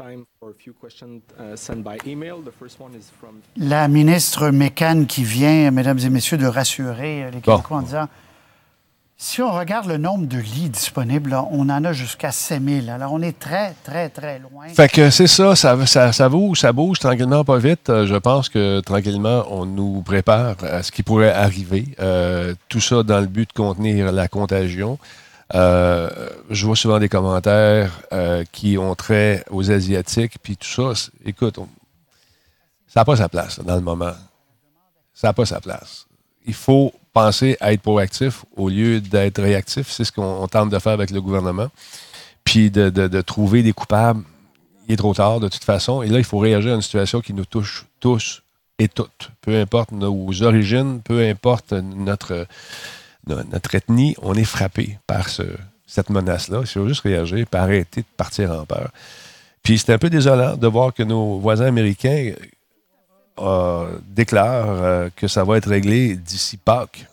La ministre Mécan qui vient, mesdames et messieurs, de rassurer les Québécois bon. en disant, si on regarde le nombre de lits disponibles, là, on en a jusqu'à sept mille. Alors, on est très, très, très loin.
Fait que c'est ça, ça, ça, ça bouge, ça bouge tranquillement, pas vite. Je pense que tranquillement, on nous prépare à ce qui pourrait arriver. Euh, tout ça dans le but de contenir la contagion. Euh, je vois souvent des commentaires euh, qui ont trait aux Asiatiques, puis tout ça. C'est, écoute, on, ça n'a pas sa place là, dans le moment. Ça n'a pas sa place. Il faut penser à être proactif au lieu d'être réactif. C'est ce qu'on tente de faire avec le gouvernement. Puis de, de, de trouver des coupables. Il est trop tard de toute façon. Et là, il faut réagir à une situation qui nous touche tous et toutes. Peu importe nos origines, peu importe notre, notre ethnie, on est frappé par ce, cette menace-là. Il faut juste réagir et arrêter de partir en peur. Puis c'est un peu désolant de voir que nos voisins américains euh, déclarent euh, que ça va être réglé d'ici Pâques.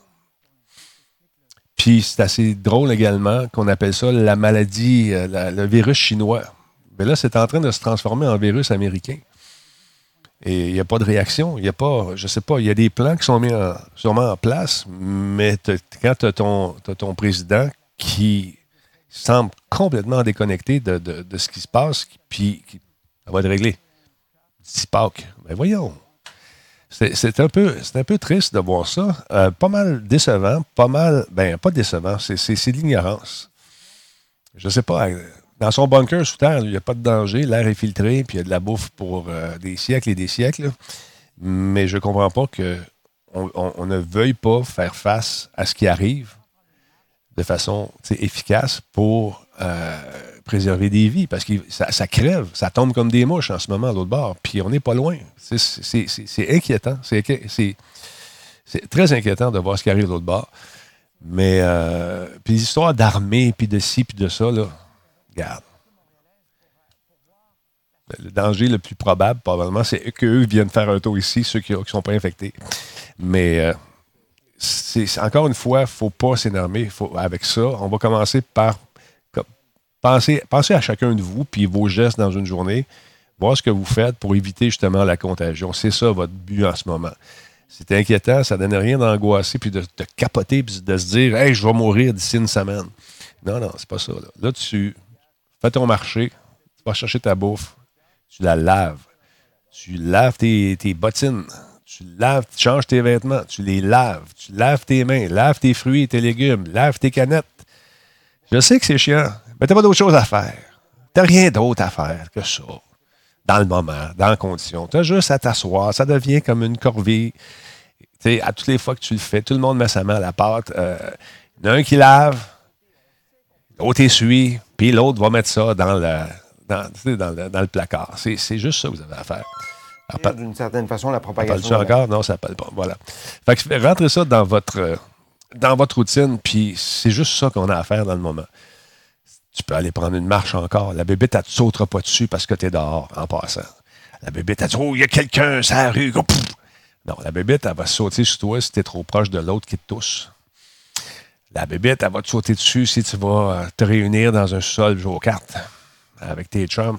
Puis c'est assez drôle également qu'on appelle ça la maladie, euh, la, le virus chinois. Mais là, c'est en train de se transformer en virus américain. Et il n'y a pas de réaction. Il n'y a pas, je sais pas, il y a des plans qui sont mis en, sûrement en place, mais quand tu as ton, t'as ton président qui semble complètement déconnecté de, de, de ce qui se passe, puis qui, ça va être réglé d'ici Pâques. Ben voyons. C'est, c'est, un peu, c'est un peu triste de voir ça. Euh, pas mal décevant, pas mal, ben pas décevant, c'est, c'est, c'est de l'ignorance. Je sais pas, dans son bunker sous terre, il n'y a pas de danger, l'air est filtré, puis il y a de la bouffe pour euh, des siècles et des siècles. Mais je ne comprends pas qu'on on, on ne veuille pas faire face à ce qui arrive de façon efficace pour euh, préserver des vies, parce que ça, ça crève, ça tombe comme des mouches en ce moment à l'autre bord, puis on n'est pas loin. C'est, c'est, c'est, c'est inquiétant. C'est, c'est, c'est très inquiétant de voir ce qui arrive de l'autre bord. Mais, euh, puis les histoires d'armée, puis de ci, puis de ça, là, regarde. Le danger le plus probable, probablement, c'est qu'eux viennent faire un tour ici, ceux qui ne sont pas infectés. Mais, euh, c'est, c'est, encore une fois, il ne faut pas s'énerver faut, avec ça. On va commencer par comme, penser, penser à chacun de vous, puis vos gestes dans une journée, voir ce que vous faites pour éviter justement la contagion. C'est ça votre but en ce moment. C'est inquiétant, ça ne donne rien d'angoisser, puis de te capoter, puis de se dire « Hey, je vais mourir d'ici une semaine ». Non, non, c'est pas ça. Là, là tu fais ton marché, tu vas chercher ta bouffe, tu la laves, tu laves tes, tes bottines, tu laves, tu changes tes vêtements, tu les laves, tu laves tes mains, laves tes fruits et tes légumes, laves tes canettes. Je sais que c'est chiant, mais t'as pas d'autre chose à faire. T'as rien d'autre à faire que ça. Dans le moment, dans la condition. Tu as juste à t'asseoir. Ça devient comme une corvée. T'sais, à toutes les fois que tu le fais, tout le monde met sa main à la pâte. Euh, il y en a un qui lave, l'autre essuie, puis l'autre va mettre ça dans le, dans, dans le, dans le placard. C'est, c'est juste ça que vous avez à faire.
Alors, d'une certaine façon, la propagation...
Ça encore? Non, ça n'appelle pas. Voilà. Fait que rentrez ça dans votre, dans votre routine, puis c'est juste ça qu'on a à faire dans le moment. Tu peux aller prendre une marche encore. La bébête, elle ne te sautera pas dessus parce que tu es dehors en passant. La bébête, elle dit « Oh, il y a quelqu'un, ça a rue. Oh, » Non, la bébête, elle va sauter sur toi si tu es trop proche de l'autre qui te tousse. La bébête, elle va te sauter dessus si tu vas te réunir dans un sol jouer aux cartes avec tes chums.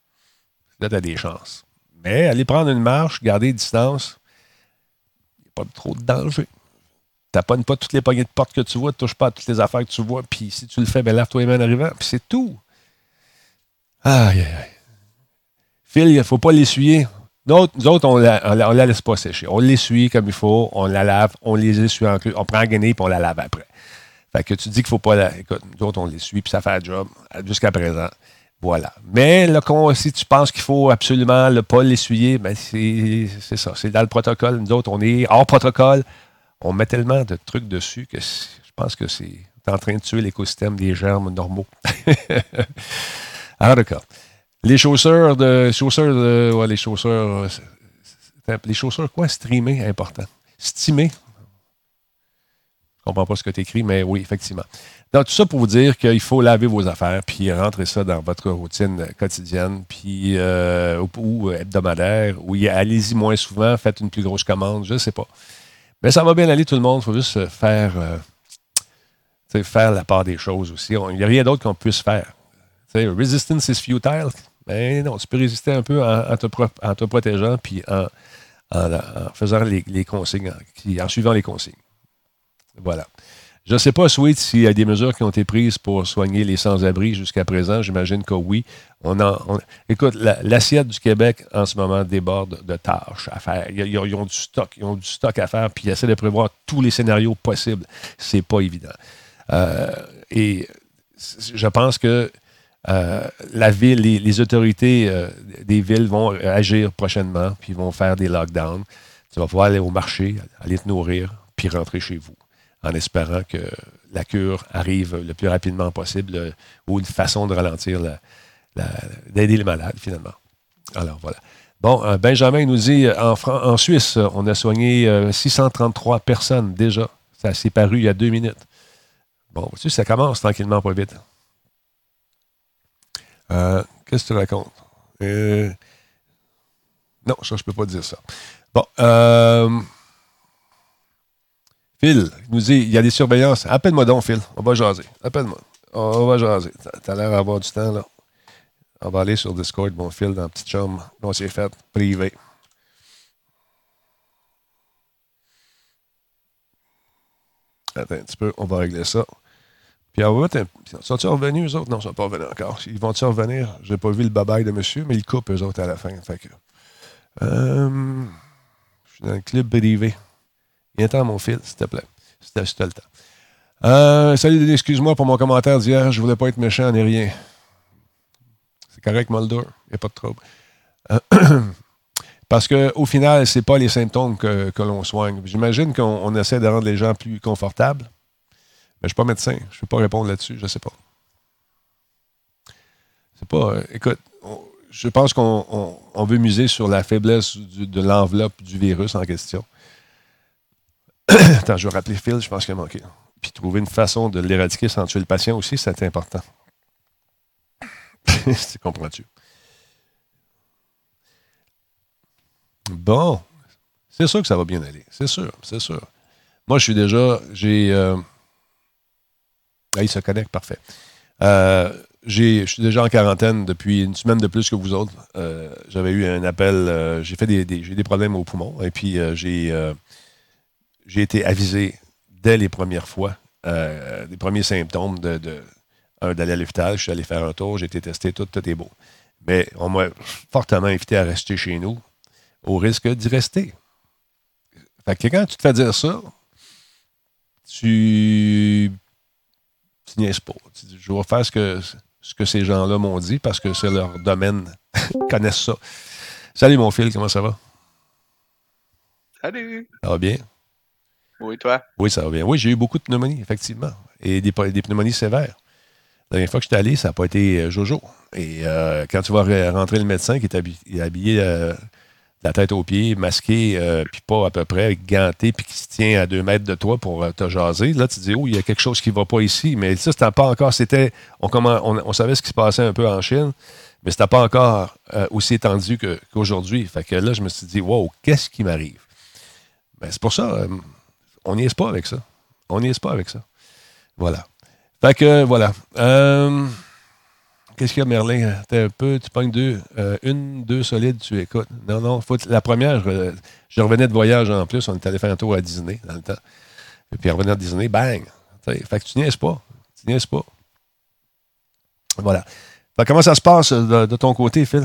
Là, tu as des chances. Mais aller prendre une marche, garder distance, il n'y a pas trop de danger. T'apponnes pas toutes les poignées de porte que tu vois, touche pas à toutes les affaires que tu vois, puis si tu le fais, ben lave-toi les mains en arrivant, puis c'est tout. Aïe, aïe, aïe. Phil, il ne faut pas l'essuyer. Nous, nous autres, on la, on, la, on la laisse pas sécher. On l'essuie comme il faut, on la lave, on les essuie en clé, on prend la guenille, puis on la lave après. Fait que tu dis qu'il faut pas la... Écoute, nous autres, on l'essuie, puis ça fait le job jusqu'à présent. Voilà. Mais là, si tu penses qu'il faut absolument ne pas l'essuyer, ben c'est, c'est ça. C'est dans le protocole. Nous autres, on est hors protocole. On met tellement de trucs dessus que je pense que c'est en train de tuer l'écosystème des germes normaux. Alors, d'accord. Les chaussures de. chaussures de. Ouais, les chaussures. Les chaussures quoi? Streamées, important. Stimées. Je ne comprends pas ce que tu écris, mais oui, effectivement. Donc, tout ça pour vous dire qu'il faut laver vos affaires, puis rentrer ça dans votre routine quotidienne, puis euh, ou, ou hebdomadaire, ou allez-y moins souvent, faites une plus grosse commande, je ne sais pas. Mais ça va bien aller tout le monde, il faut juste faire, euh, faire la part des choses aussi. Il n'y a rien d'autre qu'on puisse faire. T'sais, resistance is futile. Ben non, tu peux résister un peu en, en, te, pro, en te protégeant puis en, en, en faisant les, les consignes, en, en suivant les consignes. Voilà. Je ne sais pas, Sweet, s'il y a des mesures qui ont été prises pour soigner les sans-abri jusqu'à présent. J'imagine que oui. On en, on, écoute, la, l'assiette du Québec, en ce moment, déborde de tâches à faire. Ils, ils, ils ont du stock. Ils ont du stock à faire, puis ils essaient de prévoir tous les scénarios possibles. C'est pas évident. Euh, et je pense que euh, la ville, les, les autorités euh, des villes vont agir prochainement, puis vont faire des lockdowns. Tu vas pouvoir aller au marché, aller te nourrir, puis rentrer chez vous, en espérant que la cure arrive le plus rapidement possible euh, ou une façon de ralentir, la, la, d'aider les malades, finalement. Alors, voilà. Bon, euh, Benjamin nous dit, en, Fran- en Suisse, on a soigné euh, six cent trente-trois personnes déjà. Ça s'est paru il y a deux minutes. Bon, tu sais, ça commence tranquillement, pas vite. Euh, qu'est-ce que tu racontes? Euh, non, ça, je ne peux pas dire ça. Bon, euh, Phil nous dit, il y a des surveillances. Appelle-moi donc, Phil. On va jaser. Appelle-moi. On va jaser. Tu as l'air d'avoir du temps, là. On va aller sur Discord, mon Phil, dans la petite chambre. On s'est fait privé. Attends un petit peu, on va régler ça. Puis on va mettre un... Sont-ils revenus, eux autres? Non, ils ne sont pas revenus encore. Ils vont-ils revenir? Je n'ai pas vu le babaille de monsieur, mais ils coupent, eux autres, à la fin. Fait que... Euh... Je suis dans le club privé. Viens-t'en, mon Phil, s'il te plaît. Si tu as le temps. Euh, salut, Denis, excuse-moi pour mon commentaire d'hier. Je ne voulais pas être méchant ni rien. C'est correct, Mulder. Il n'y a pas de trouble. Euh... Parce qu'au final, ce n'est pas les symptômes que, que l'on soigne. J'imagine qu'on on essaie de rendre les gens plus confortables. Mais je ne suis pas médecin. Je ne peux pas répondre là-dessus. Je ne sais pas. C'est pas... Euh, écoute, on, je pense qu'on on, on veut miser sur la faiblesse du, de l'enveloppe du virus en question. Attends, je vais rappeler Phil. Je pense qu'il a manqué. Puis trouver une façon de l'éradiquer sans tuer le patient aussi, c'est important. Tu comprends-tu? Bon, c'est sûr que ça va bien aller. C'est sûr, c'est sûr. Moi, je suis déjà... J'ai... Euh... Ah, il se connecte, parfait. Euh, j'ai, je suis déjà en quarantaine depuis une semaine de plus que vous autres. Euh, j'avais eu un appel... Euh, j'ai fait des, des, j'ai des problèmes au poumon. Et puis, euh, j'ai, euh, j'ai été avisé dès les premières fois, euh, des premiers symptômes de, de, un, d'aller à l'hôpital. Je suis allé faire un tour, j'ai été testé, tout, tout est beau. Mais on m'a fortement invité à rester chez nous, au risque d'y rester. Fait que quand tu te fais dire ça, tu, tu niaises pas. Tu dis, je vais faire ce que, ce que ces gens-là m'ont dit parce que c'est leur domaine. Ils connaissent ça. Salut mon Phil, comment ça va?
Salut!
Ça va bien?
Oui, toi?
Oui, ça va bien. Oui, j'ai eu beaucoup de pneumonies, effectivement. Et des, des pneumonies sévères. La dernière fois que j'étais allé, ça n'a pas été Jojo. Et euh, quand tu vas rentrer le médecin qui est habillé, habillé euh, de la tête aux pieds, masqué, euh, puis pas à peu près, ganté, puis qui se tient à deux mètres de toi pour euh, te jaser, là, tu te dis, oh, il y a quelque chose qui ne va pas ici. Mais ça, c'était pas encore, c'était, on, comment, on, on savait ce qui se passait un peu en Chine, mais c'était pas encore euh, aussi étendu que, qu'aujourd'hui. Fait que là, je me suis dit, wow, qu'est-ce qui m'arrive? Ben, c'est pour ça, euh, on n'y est pas avec ça. On n'y est pas avec ça. Voilà. Fait que, voilà. Euh, qu'est-ce qu'il y a, Merlin? T'es un peu, tu pognes deux. Euh, une, deux solides, tu écoutes. Non, non. Faut, la première, je, je revenais de voyage en plus. On était allé faire un tour à Disney dans le temps. Et puis, revenir de Disney, bang! T'sais, fait que tu niaises pas. Tu niaises pas. Voilà. Fait que comment ça se passe de, de ton côté, Phil?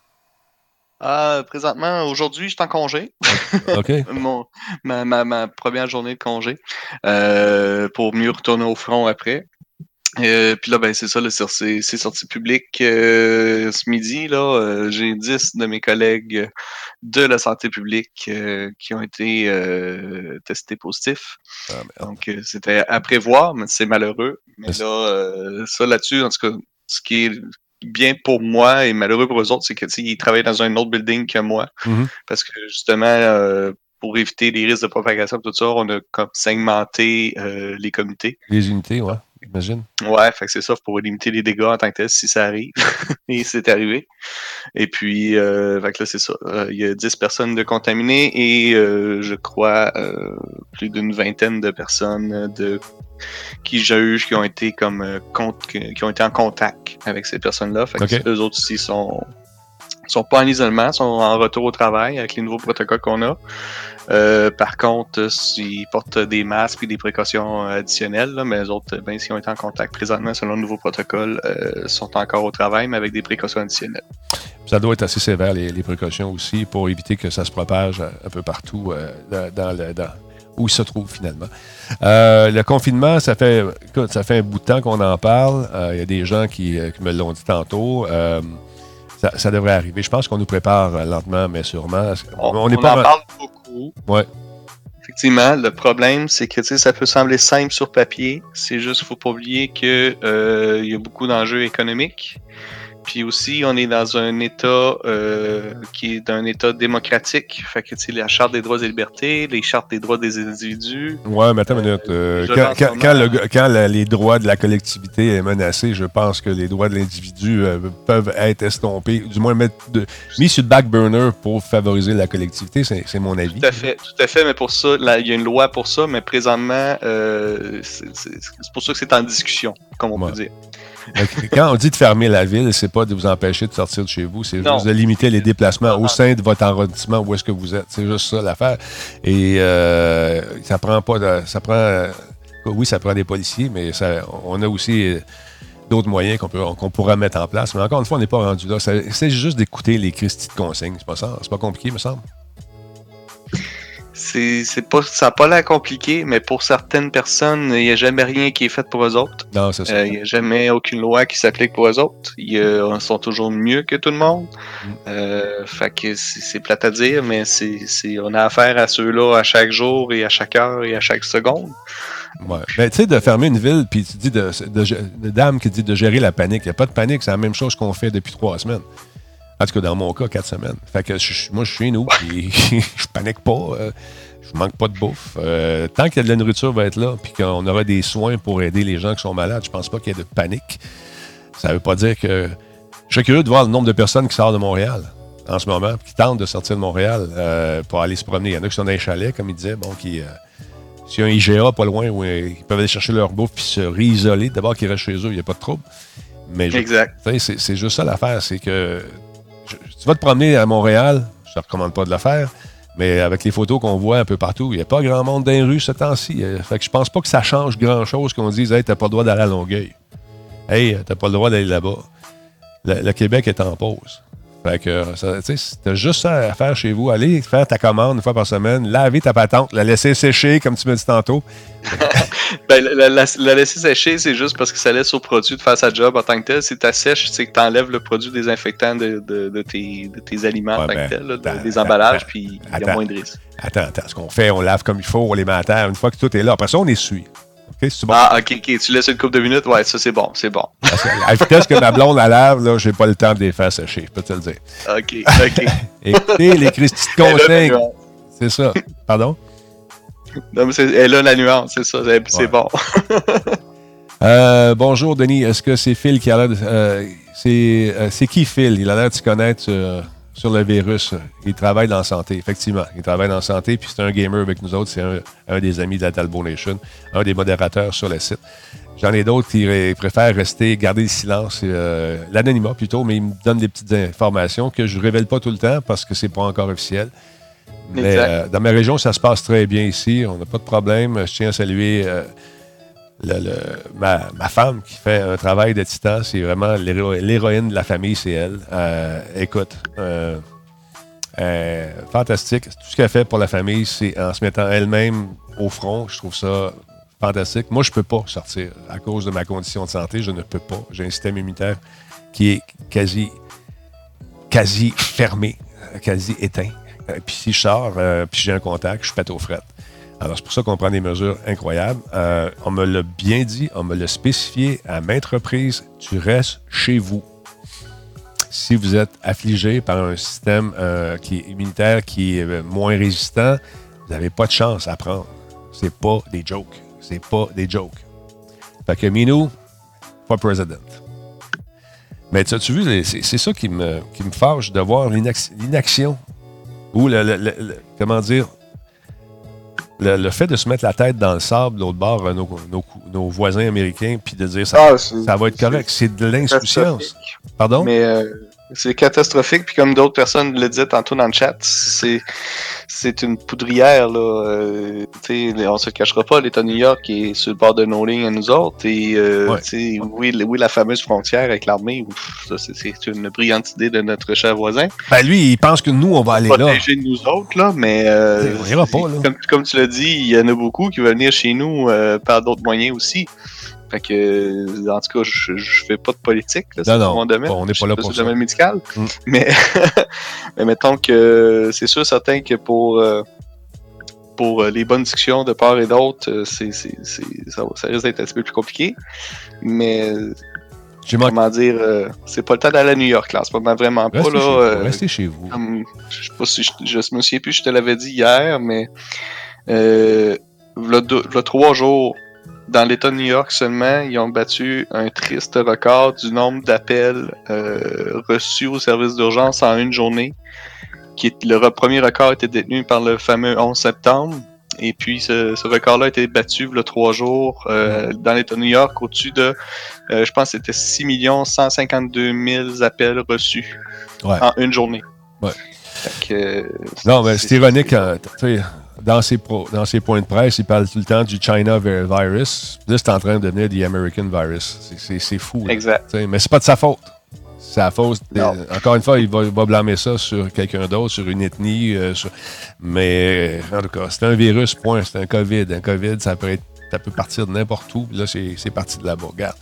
Euh, présentement, aujourd'hui, je suis en congé.
OK.
Mon, ma, ma, ma première journée de congé. Euh, pour mieux retourner au front après. Euh, puis là, ben c'est ça, là, c'est, c'est sorti public euh, ce midi. Là, euh, j'ai dix de mes collègues de la santé publique euh, qui ont été euh, testés positifs.
Ah,
Donc, euh, c'était à prévoir, mais c'est malheureux. Mais là, euh, ça là-dessus, en tout cas, ce qui est bien pour moi et malheureux pour eux autres, c'est qu'ils travaillent dans un autre building que moi.
Mm-hmm.
Parce que justement, euh, pour éviter les risques de propagation et tout ça, on a comme segmenté euh, les comités.
Les unités, ouais. J'imagine.
Ouais, fait que c'est ça pour limiter les dégâts en tant que tel si ça arrive. Et c'est arrivé. Et puis, euh, fait que là, c'est ça. Il euh, y a dix personnes de contaminées et euh, je crois euh, plus d'une vingtaine de personnes de qui jugent qui ont été comme euh, compte, qui ont été en contact avec ces personnes-là. Fait que
okay.
Eux autres aussi sont sont pas en isolement, sont en retour au travail avec les nouveaux protocoles qu'on a. Euh, par contre, ils portent des masques et des précautions additionnelles, là, mais les autres, ben, s'ils ont été en contact présentement selon le nouveau protocole, euh, sont encore au travail, mais avec des précautions additionnelles.
Ça doit être assez sévère, les, les précautions aussi, pour éviter que ça se propage un peu partout euh, dans, dans le, dans, où il se trouve finalement. Euh, le confinement, ça fait, écoute, ça fait un bout de temps qu'on en parle. Il euh, y a des gens qui, euh, qui me l'ont dit tantôt. Euh, ça, ça devrait arriver. Je pense qu'on nous prépare euh, lentement, mais sûrement.
On,
on, est
on
pas
en
en...
parle beaucoup.
Ouais.
Effectivement, le problème, c'est que ça peut sembler simple sur papier. C'est juste qu'il ne faut pas oublier qu'il euh, y a beaucoup d'enjeux économiques. Puis aussi, on est dans un État euh, qui est un État démocratique. Fait que, tu sais, la Charte des droits et libertés, les chartes des droits des individus.
Ouais, mais attends une minute. Euh, quand quand, quand, le, quand le, les droits de la collectivité est menacés, je pense que les droits de l'individu euh, peuvent être estompés, du moins mettre de, mis sur le back burner pour favoriser la collectivité. C'est, c'est mon avis.
Tout à fait, tout à fait. Mais pour ça, là, il y a une loi pour ça, mais présentement, euh, c'est, c'est, c'est pour ça que c'est en discussion, comme on ouais. peut dire.
Quand on dit de fermer la ville, c'est pas de vous empêcher de sortir de chez vous, c'est
non.
juste de limiter les déplacements au sein de votre arrondissement où est-ce que vous êtes. C'est juste ça l'affaire. Et euh, ça prend pas de, ça prend euh, oui, ça prend des policiers, mais ça, on a aussi euh, d'autres moyens qu'on peut qu'on pourra mettre en place. Mais encore une fois, on n'est pas rendu là. Ça, c'est juste d'écouter les Christie de consignes. C'est pas ça. C'est pas compliqué, me semble.
C'est, c'est pas, ça n'a pas l'air compliqué, mais pour certaines personnes, il n'y a jamais rien qui est fait pour eux autres.
Non, c'est ça.
Euh, il n'y a jamais aucune loi qui s'applique pour eux autres. Ils euh, sont toujours mieux que tout le monde. Mm. Euh, fait que c'est, c'est plate à dire, mais c'est, c'est, on a affaire à ceux-là à chaque jour et à chaque heure et à chaque seconde.
Ouais. Ben, tu sais, de fermer une ville, puis tu dis de, de, de, de dame qui dit de gérer la panique. Il n'y a pas de panique, c'est la même chose qu'on fait depuis trois semaines. En tout cas, dans mon cas, quatre semaines. Fait que je, moi, je suis chez nous, puis je panique pas. Euh, je manque pas de bouffe. Euh, tant qu'il y a de la nourriture va être là, puis qu'on aura des soins pour aider les gens qui sont malades, je pense pas qu'il y ait de panique. Ça veut pas dire que... Je serais curieux de voir le nombre de personnes qui sortent de Montréal en ce moment, qui tentent de sortir de Montréal euh, pour aller se promener. Il y en a qui sont dans les chalets, comme il disait, bon, qui... Euh, s'il y a un I G A pas loin où euh, ils peuvent aller chercher leur bouffe puis se réisoler, d'abord qu'ils restent chez eux, il n'y a pas de trouble. Mais je,
exact.
C'est, c'est juste ça l'affaire, c'est que... Je, tu vas te promener à Montréal, je te recommande pas de le faire, mais avec les photos qu'on voit un peu partout, il n'y a pas grand monde dans les rues ce temps-ci. Fait que je pense pas que ça change grand-chose qu'on dise « Hey, t'as pas le droit d'aller à Longueuil. Hey, t'as pas le droit d'aller là-bas. » Le, le Québec est en pause. Fait que, tu sais, t'as juste ça à faire chez vous. Allez faire ta commande une fois par semaine, laver ta patente, la laisser sécher, comme tu m'as dit tantôt.
ben, la, la, la laisser sécher, c'est juste parce que ça laisse au produit de faire sa job en tant que tel. Si tu sèches, c'est que tu enlèves le produit désinfectant de, de, de, tes, de tes aliments ouais, en tant ben, que tel, là, attends, des emballages, puis il y a moins de risques.
Attends, attends. Ce qu'on fait, on lave comme il faut, on les met à terre. Une fois que tout est là, après ça, on essuie. Okay, c'est bon?
Ah, ok, ok. Tu laisses une couple de minutes, ouais, ça c'est bon, c'est bon.
Parce que à la vitesse que ma blonde la lave, là, j'ai pas le temps de les faire sécher, je peux te le dire.
Ok, ok.
Écoutez, les Christie de consignes. C'est ça. Pardon?
Non, mais c'est, elle a la nuance, c'est ça, c'est, c'est ouais. bon.
euh, bonjour, Denis. Est-ce que c'est Phil qui a l'air de. Euh, c'est, euh, c'est qui Phil? Il a l'air de se connaître euh, sur le virus. Il travaille dans la santé, effectivement. Il travaille dans la santé, puis c'est un gamer avec nous autres. C'est un, un des amis de la Talbot Nation, un des modérateurs sur le site. J'en ai d'autres qui ré- préfèrent rester, garder le silence, euh, l'anonymat plutôt, mais ils me donnent des petites informations que je ne révèle pas tout le temps parce que c'est pas encore officiel. Mais euh, dans ma région, ça se passe très bien ici. On n'a pas de problème. Je tiens à saluer euh, le, le, ma, ma femme qui fait un travail de titan. C'est vraiment l'héro- l'héroïne de la famille, c'est elle. Euh, écoute, euh, euh, fantastique. Tout ce qu'elle fait pour la famille, c'est en se mettant elle-même au front. Je trouve ça fantastique. Moi, je ne peux pas sortir à cause de ma condition de santé. Je ne peux pas. J'ai un système immunitaire qui est quasi, quasi fermé, quasi éteint. Puis si je sors, euh, puis j'ai un contact, je pète aux frettes. Alors, c'est pour ça qu'on prend des mesures incroyables. Euh, on me l'a bien dit, on me l'a spécifié à maintes reprises, tu restes chez vous. Si vous êtes affligé par un système euh, qui est immunitaire qui est moins résistant, vous n'avez pas de chance à prendre. C'est pas des jokes. C'est pas des jokes. Fait que Minou, pas président. Mais tu as-tu vu, c'est, c'est ça qui me, qui me fâche de voir l'inac- l'inaction. Ou, le, le, le, le, comment dire, le, le fait de se mettre la tête dans le sable, de l'autre bord, nos, nos, nos voisins américains, puis de dire ça, ah, ça va être correct. C'est de l'insouciance. Pardon?
Mais, euh, C'est catastrophique. Puis comme d'autres personnes le disaient tantôt dans le chat, c'est c'est une poudrière. Là. Euh, on se cachera pas, l'État de New York est sur le bord de nos lignes à nous autres. Et euh, ouais. oui, oui, la fameuse frontière avec l'armée, ça, c'est, c'est une brillante idée de notre cher voisin.
Ben lui, il pense que nous, on va aller là.
Protéger nous autres, là, mais euh,
on ira pas, là.
Comme, comme tu l'as dit, il y en a beaucoup qui veulent venir chez nous euh, par d'autres moyens aussi. Fait que, en tout cas, je, je fais pas de politique, là, c'est
non, non,
mon domaine.
Bon, on n'est pas là
pas
pour
ça.
ça.
Le domaine médical.
Mm.
Mais, mais mettons que c'est sûr, certain que pour, euh, pour les bonnes discussions de part et d'autre, c'est, c'est, c'est, ça, ça risque d'être un petit peu plus compliqué. Mais,
J'ai
comment manqué. dire, euh, c'est pas le temps d'aller à New York, là, en ce moment, vraiment pas.
Restez
là,
chez
euh,
vous. Restez chez vous.
Comme, je sais pas si je, je me souviens plus, je te l'avais dit hier, mais euh, là, deux, là, trois jours. Dans l'État de New York seulement, ils ont battu un triste record du nombre d'appels euh, reçus au service d'urgence en une journée. Qui est, le premier record était détenu par le fameux onze septembre. Et puis, ce, ce record-là a été battu il y a trois jours euh, dans l'État de New York, au-dessus de, euh, je pense que c'était six millions cent cinquante-deux mille appels reçus
ouais.
en une journée.
Ouais.
Fait que,
non, mais c'est, c'est ironique. Quand, dans, ses pro, dans ses points de presse, il parle tout le temps du China virus. Là, c'est en train de devenir the American virus. C'est, c'est, c'est fou. Là,
exact.
Mais c'est pas de sa faute. C'est la faute. De, encore une fois, il va, il va blâmer ça sur quelqu'un d'autre, sur une ethnie. Euh, sur, mais en tout cas, c'est un virus, point. C'est un COVID. Un COVID, ça peut, être, ça peut partir de n'importe où. Là, c'est, c'est parti de là-bas. Regarde.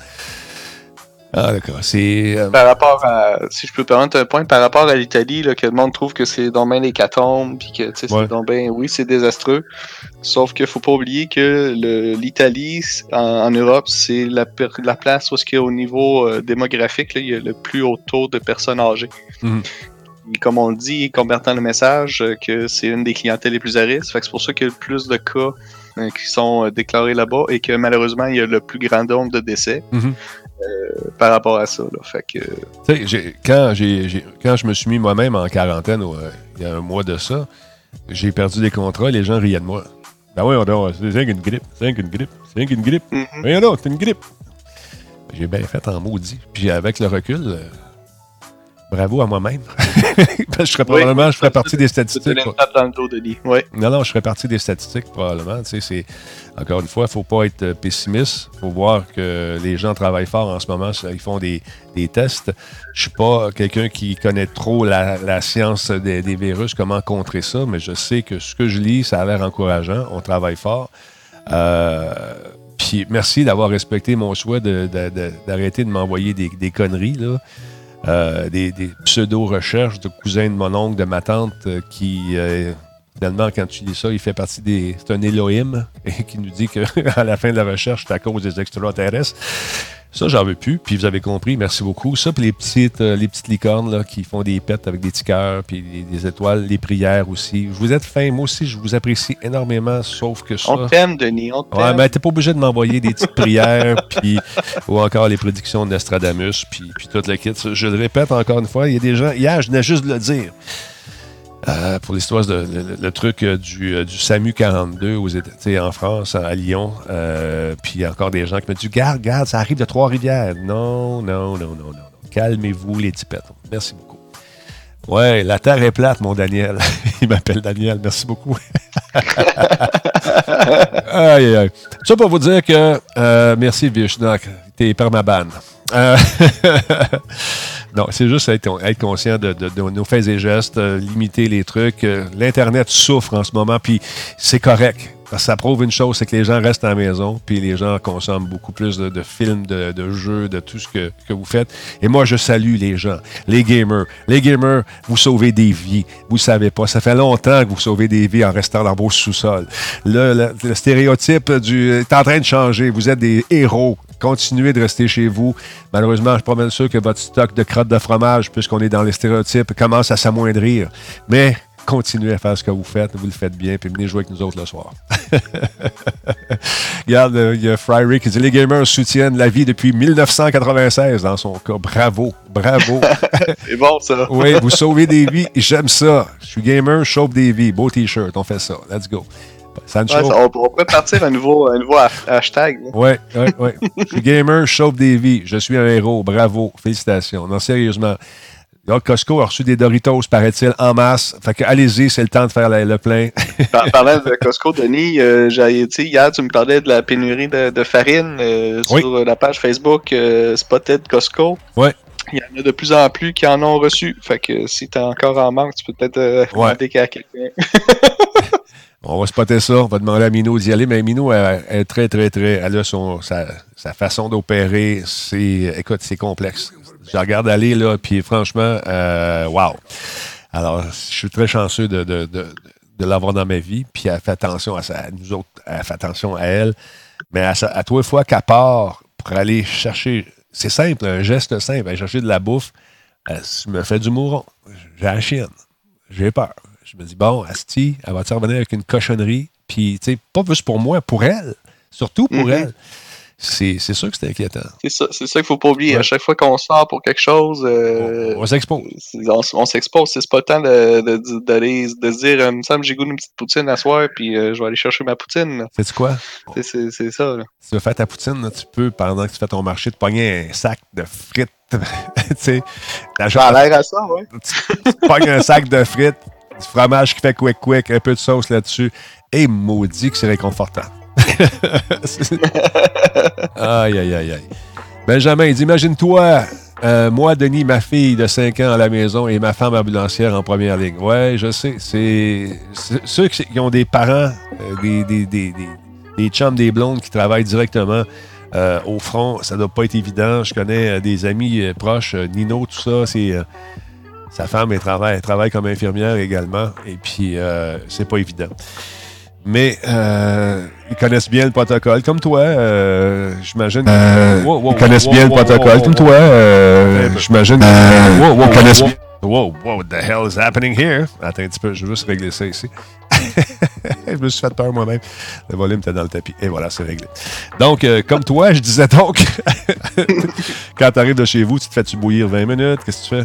Ah, d'accord. C'est, euh...
Par rapport à, si je peux permettre un point, par rapport à l'Italie, là, que le monde trouve que c'est donc bien l'hécatombe, puis que, tu sais, ouais. c'est donc bien, oui, c'est désastreux. Sauf qu'il faut pas oublier que le, l'Italie, en, en Europe, c'est la, la place où, ce qu'il y a au niveau euh, démographique, là, il y a le plus haut taux de personnes âgées. Mm-hmm. Et comme on le dit, convertant le message, euh, que c'est une des clientèles les plus à risque. Fait que c'est pour ça qu'il y a le plus de cas euh, qui sont euh, déclarés là-bas et que malheureusement, il y a le plus grand nombre de décès. Mm-hmm. Euh, par rapport à ça. Là. Fait que...
Tu sais, j'ai, quand, j'ai, j'ai, quand je me suis mis moi-même en quarantaine, euh, il y a un mois de ça, j'ai perdu des contrats, les gens riaient de moi. Ben oui, on a, c'est rien qu'une grippe, c'est rien qu'une grippe, c'est rien qu'une grippe. Mm-hmm. Mais non, c'est une grippe. J'ai bien fait en maudit. Puis avec le recul, euh, bravo à moi-même. je serais probablement, oui, je ferais partie des statistiques.
Dans le dos de lit. Ouais.
Non, non, je ferais partie des statistiques probablement. Tu sais, c'est, encore une fois, il ne faut pas être pessimiste. Il faut voir que les gens travaillent fort en ce moment. Ils font des, des tests. Je ne suis pas quelqu'un qui connaît trop la, la science des, des virus, comment contrer ça, mais je sais que ce que je lis, ça a l'air encourageant. On travaille fort. Euh, puis merci d'avoir respecté mon souhait de, de, de, d'arrêter de m'envoyer des, des conneries, là. Euh, des, des pseudo-recherches de cousins de mon oncle, de ma tante, euh, qui, euh, finalement, quand tu lis ça, il fait partie des... C'est un Elohim, et qui nous dit qu'à la fin de la recherche, c'est à cause des extraterrestres. Ça, j'en veux plus, puis vous avez compris, merci beaucoup. Ça, puis les petites, euh, les petites licornes là, qui font des pets avec des petits cœurs, puis des, des étoiles, les prières aussi. Vous êtes fins, moi aussi, je vous apprécie énormément, sauf que ça...
On t'aime, Denis, on t'aime.
Ouais, mais t'es pas obligé de m'envoyer des petites prières, puis ou encore les prédictions de Nostradamus, puis, puis tout le kit. Je le répète encore une fois, il y a des gens... Hier, je venais juste de le dire. Euh, pour l'histoire, de, le, le truc euh, du, euh, du SAMU quarante-deux aux États, en France, à Lyon, euh, puis il y a encore des gens qui me disent « Garde, garde, ça arrive de Trois-Rivières. » Non, non, non, non, non. Calmez-vous, les tipettes. Merci beaucoup. Ouais, la terre est plate, mon Daniel. Il m'appelle Daniel, merci beaucoup. Aïe, aïe, aïe. Ça pour vous dire que, euh, merci Vishnak, t'es permaban. Euh, non, c'est juste être, être conscient de, de, de nos faits et gestes, euh, limiter les trucs. Euh, L'Internet souffre en ce moment, puis c'est correct. Parce que ça prouve une chose, c'est que les gens restent à la maison, puis les gens consomment beaucoup plus de, de films, de, de jeux, de tout ce que, que vous faites. Et moi, je salue les gens, les gamers. Les gamers, vous sauvez des vies. Vous ne savez pas. Ça fait longtemps que vous sauvez des vies en restant dans vos sous-sols. Le, le, le stéréotype du, est en train de changer. Vous êtes des héros. Continuez de rester chez vous. Malheureusement, je suis pas mal sûr que votre stock de crottes de fromage, puisqu'on est dans les stéréotypes, commence à s'amoindrir. Mais continuez à faire ce que vous faites, vous le faites bien, puis venez jouer avec nous autres le soir. Regarde, il y a Fryrick qui dit « Les gamers soutiennent la vie depuis dix-neuf cent quatre-vingt-seize dans son cas. Bravo, bravo. »
C'est bon, ça.
Oui, vous sauvez des vies. J'aime ça. Je suis gamer, je sauve des vies. Beau T-shirt, on fait ça. Let's go.
Ouais, ça, on pourrait partir un nouveau, un nouveau hashtag.
Oui, oui, oui. Je suis gamer, je sauve des vies. Je suis un héros. Bravo. Félicitations. Non, sérieusement. Donc, Costco a reçu des Doritos, paraît-il, en masse. Fait que allez-y, c'est le temps de faire le, le plein.
Par, parlant de Costco, Denis, euh, j'ai, hier, tu me parlais de la pénurie de, de farine euh,
oui.
sur la page Facebook euh, Spotted Costco.
Oui.
Il y en a de plus en plus qui en ont reçu. Fait que si t'es encore en manque, tu peux peut-être euh,
ouais.
demander à quelqu'un.
On va spotter ça, on va demander à Minou d'y aller, mais Minou elle, elle est très, très, très. Elle a son, sa, sa façon d'opérer. C'est, écoute, c'est complexe. Je regarde aller, là, puis franchement, euh, wow. Alors, je suis très chanceux de, de, de, de l'avoir dans ma vie, puis elle fait attention à, ça, à nous autres, elle fait attention à elle. Mais à, à toi, fois qu'elle part pour aller chercher, c'est simple, un geste simple, aller chercher de la bouffe, elle me fait du mouron. J'ai la chienne. J'ai peur. Je me dis, bon, Asti, elle va-tu revenir avec une cochonnerie? Puis, tu sais, pas juste pour moi, pour elle. Surtout pour mm-hmm. elle. C'est, c'est sûr que c'est inquiétant.
C'est ça, c'est ça qu'il ne faut pas oublier. Ouais. À chaque fois qu'on sort pour quelque chose, euh,
on, on s'expose.
On, on s'expose. C'est pas le temps de, de, de, d'aller, de se dire, il me semble que j'ai goût d'une petite poutine à soir, puis euh, je vais aller chercher ma poutine.
Sais-tu quoi?
C'est, c'est, c'est ça. Là.
Si tu veux faire ta poutine, là, tu peux, pendant que tu fais ton marché, te pogner un sac de frites. tu sais,
ça a l'air à ça, oui.
Tu, tu te pognes un sac de frites, du fromage qui fait quick-quick, un peu de sauce là-dessus, et maudit que c'est réconfortant. Aïe, aïe, aïe, aïe. Benjamin, il dit, imagine-toi, euh, moi, Denis, ma fille de cinq ans à la maison et ma femme ambulancière en première ligne. Ouais, je sais. C'est, c'est ceux qui ont des parents, euh, des, des, des, des, des chums, des blondes qui travaillent directement euh, au front, ça doit pas être évident. Je connais euh, des amis euh, proches, euh, Nino, tout ça, c'est... Euh, sa femme, elle travaille, elle travaille comme infirmière également, et puis euh, c'est pas évident. Mais euh, ils connaissent bien le protocole, comme toi, euh, j'imagine. Euh, wow, wow, ils connaissent wow, bien wow, le protocole, wow, comme wow, toi, euh, j'imagine. Euh, wow, wow, ils connaissent bien. Wow, wow, what the hell is happening here? Attends un petit peu, je vais juste régler ça ici. Je me suis fait peur moi-même. Le volume était dans le tapis. Et voilà, c'est réglé. Donc, euh, comme toi, je disais donc, quand tu arrives de chez vous, tu te fais-tu bouillir vingt minutes? Qu'est-ce que tu fais?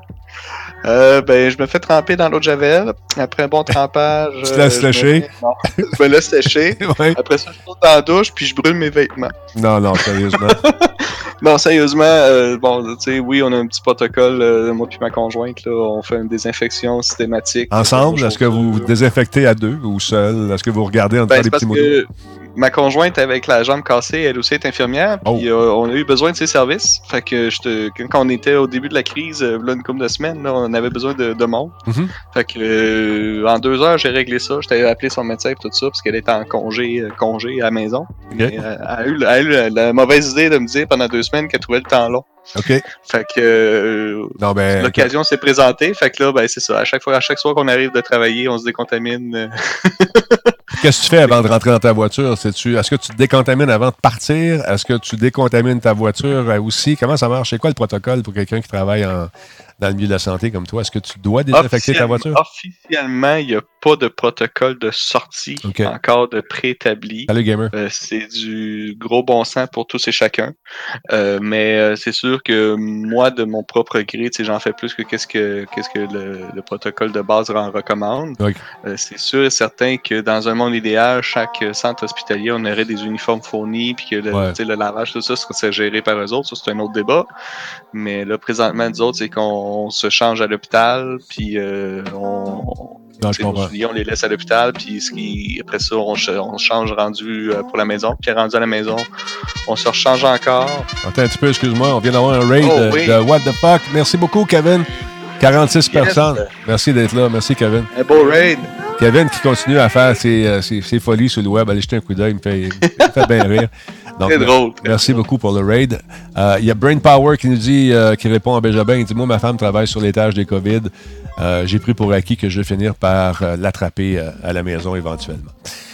Euh, ben, je me fais tremper dans l'eau de javel. Après un bon trempage.
Tu te laisses sécher?
Me... je me laisse sécher. Ouais. Après ça, je saute dans la douche puis je brûle mes vêtements.
Non, non, sérieusement.
non, sérieusement, euh, bon, tu sais, oui, on a un petit protocole, euh, moi puis ma conjointe, là, on fait une désinfection systématique.
Ensemble? Est-ce que vous euh... désinfectez à deux ou seul? Est-ce que vous regardez en
ben,
des petits mots?
Ma conjointe, avec la jambe cassée, elle aussi est infirmière, puis oh. euh, on a eu besoin de ses services. Fait que je te, quand on était au début de la crise, euh, là, une couple de semaines, là, on avait besoin de, de monde. Mm-hmm. Fait que euh, en deux heures, j'ai réglé ça. J'étais appelé son médecin et tout ça, parce qu'elle était en congé, euh, congé à la maison. Okay. Mais, euh, elle, a eu, elle a eu la, la mauvaise idée de me dire pendant deux semaines qu'elle trouvait le temps long.
OK.
Fait que euh,
non, ben,
l'occasion okay. s'est présentée. Fait que là, ben c'est ça. À chaque fois, à chaque soir qu'on arrive de travailler, on se décontamine.
Qu'est-ce que tu fais avant de rentrer dans ta voiture? C'est-tu, est-ce que tu te décontamines avant de partir? Est-ce que tu décontamines ta voiture aussi? Comment ça marche? C'est quoi le protocole pour quelqu'un qui travaille en, dans le milieu de la santé comme toi? Est-ce que tu dois désinfecter ta voiture?
Officiellement, il n'y a pas de protocole de sortie okay. encore de préétabli.
Salut, gamer.
Euh, c'est du gros bon sens pour tous et chacun. Euh, mais euh, c'est sûr que moi, de mon propre gré, j'en fais plus que qu'est-ce que, qu'est-ce que le, le protocole de base en recommande. Okay. Euh, c'est sûr et certain que dans un monde idéal, chaque centre hospitalier, on aurait des uniformes fournis, puis que le, ouais. le lavage, tout ça, serait géré par eux autres. Ça, c'est un autre débat. Mais là, présentement, nous autres, c'est qu'on se change à l'hôpital, puis euh, on...
Non, je comprends.
On les laisse à l'hôpital, puis ce qui, après ça, on, on change rendu pour la maison. Puis rendu à la maison, on se rechange encore.
Attends un petit peu, excuse-moi, on vient d'avoir un raid
oh,
de,
oui.
de What the fuck. Merci beaucoup, Kevin. quarante-six yes. personnes. Merci d'être là. Merci, Kevin.
Un beau raid.
Kevin qui continue à faire ses, ses, ses folies sur le web. Allez jeter un coup d'œil, il me fait, il me fait bien rire. Donc,
très drôle.
Très merci drôle. beaucoup pour le raid. Il euh, y a Brain Power qui nous dit, euh, qui répond à Benjamin. Il dit, moi, ma femme travaille sur l'étage des COVID. Euh, j'ai pris pour acquis que je vais finir par euh, l'attraper euh, à la maison éventuellement.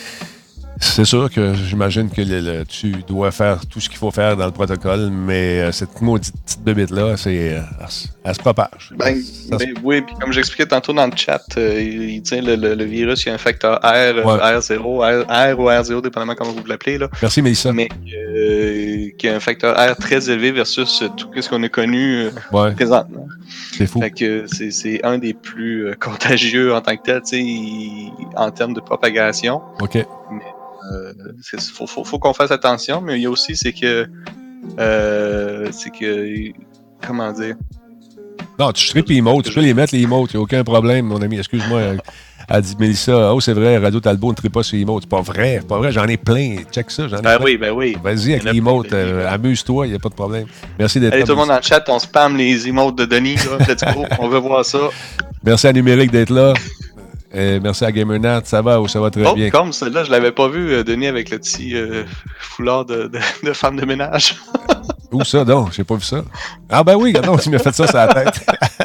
C'est sûr que j'imagine que le, le, tu dois faire tout ce qu'il faut faire dans le protocole, mais euh, cette maudite petite bébite-là, c'est, euh, elle, elle se propage.
Ben, ça, ben, oui, puis comme j'expliquais tantôt dans le chat, euh, il, il dit le, le, le virus, il y a un facteur R, ouais. R zéro, R, R ou R zéro, dépendamment comment vous l'appelez. Là.
Merci, Mélissa.
Mais euh, qui a un facteur R très élevé versus tout ce qu'on a connu euh, ouais. présentement.
C'est fou.
Fait que c'est, c'est un des plus euh, contagieux en tant que tel, tu sais, il, en termes de propagation.
OK.
Mais, il euh, faut, faut, faut qu'on fasse attention, mais il y a aussi, c'est que, euh, c'est que, comment dire,
Non, tu stripes les emotes. Tu peux les mettre, les emotes. Il n'y a aucun problème, mon ami. Excuse-moi. Elle dit, Mélissa, oh, c'est vrai, Radio Talbot ne tripe pas sur les emotes. C'est pas vrai. C'est pas vrai. J'en ai plein. Check ça. J'en ai
Ben
plein.
oui, ben oui.
Vas-y avec les emotes. Euh, amuse-toi. Il n'y a pas de problème. Merci d'être
Allez,
là.
tout le monde dans le chat, on spam les emotes de Denis. Là. Let's go. On veut voir ça.
Merci à Numérique d'être là. Et merci à GamerNat. Ça va ou ça va très
Oh,
bien?
comme celle-là, je l'avais pas vu, euh, Denis, avec le petit euh, foulard de, de, de femme de ménage.
Où ça, donc? J'ai pas vu ça. Ah ben oui, non, tu m'as fait ça sur la tête.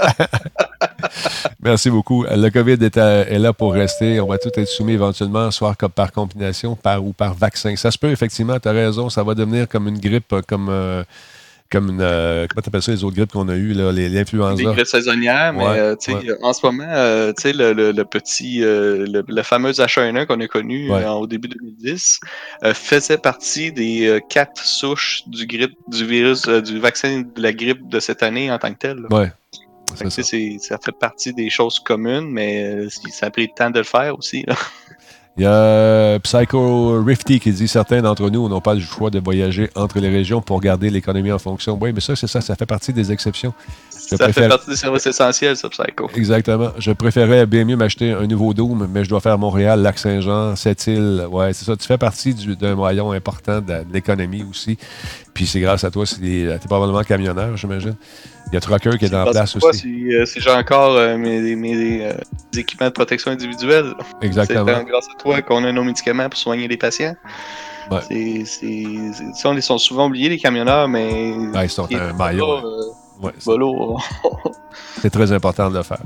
Merci beaucoup. Le COVID est, à, est là pour rester. On va tout être soumis éventuellement, soit comme par combination par, ou par vaccin. Ça se peut, effectivement, tu as raison. Ça va devenir comme une grippe, comme... Euh, comme une, euh, comment t'appelles ça, les autres grippes qu'on a eues, là, les, l'influenza.
Des grippes saisonnières, mais
ouais,
euh, tu sais,
ouais.
en ce moment, euh, tu sais, le, le, le petit, euh, le, le fameux H un N un qu'on a connu
ouais.
euh, au début deux mille dix euh, faisait partie des euh, quatre souches du grippe, du virus, euh, du vaccin de la grippe de cette année en tant que tel. Là.
Ouais.
Fait que, ça. C'est, ça fait partie des choses communes, mais euh, ça a pris le temps de le faire aussi. Là.
Il y a Psycho Rifty qui dit « Certains d'entre nous n'ont pas le choix de voyager entre les régions pour garder l'économie en fonction. » Oui, mais ça, c'est ça, ça fait partie des exceptions. Je
ça
préfère...
fait partie des services essentiels, ça, Psycho.
Exactement. Je préférais bien mieux m'acheter un nouveau Doom, mais je dois faire Montréal, Lac-Saint-Jean, Sept-Îles. Ouais, c'est ça. Tu fais partie du, d'un maillon important de, de l'économie aussi. Puis c'est grâce à toi, c'est des, t'es probablement camionneur, j'imagine. Il y a Trucker qui est en place
quoi,
aussi.
Si, euh, si j'ai encore euh, mes, mes euh, équipements de protection individuelle.
Exactement.
C'est grâce à toi qu'on a nos médicaments pour soigner les patients.
Ouais.
C'est, c'est, c'est, ça, ils sont souvent oubliés, les camionneurs, mais...
Ouais, ils sont un maillon.
Là, euh,
ouais, c'est...
Bolo.
c'est très important de le faire.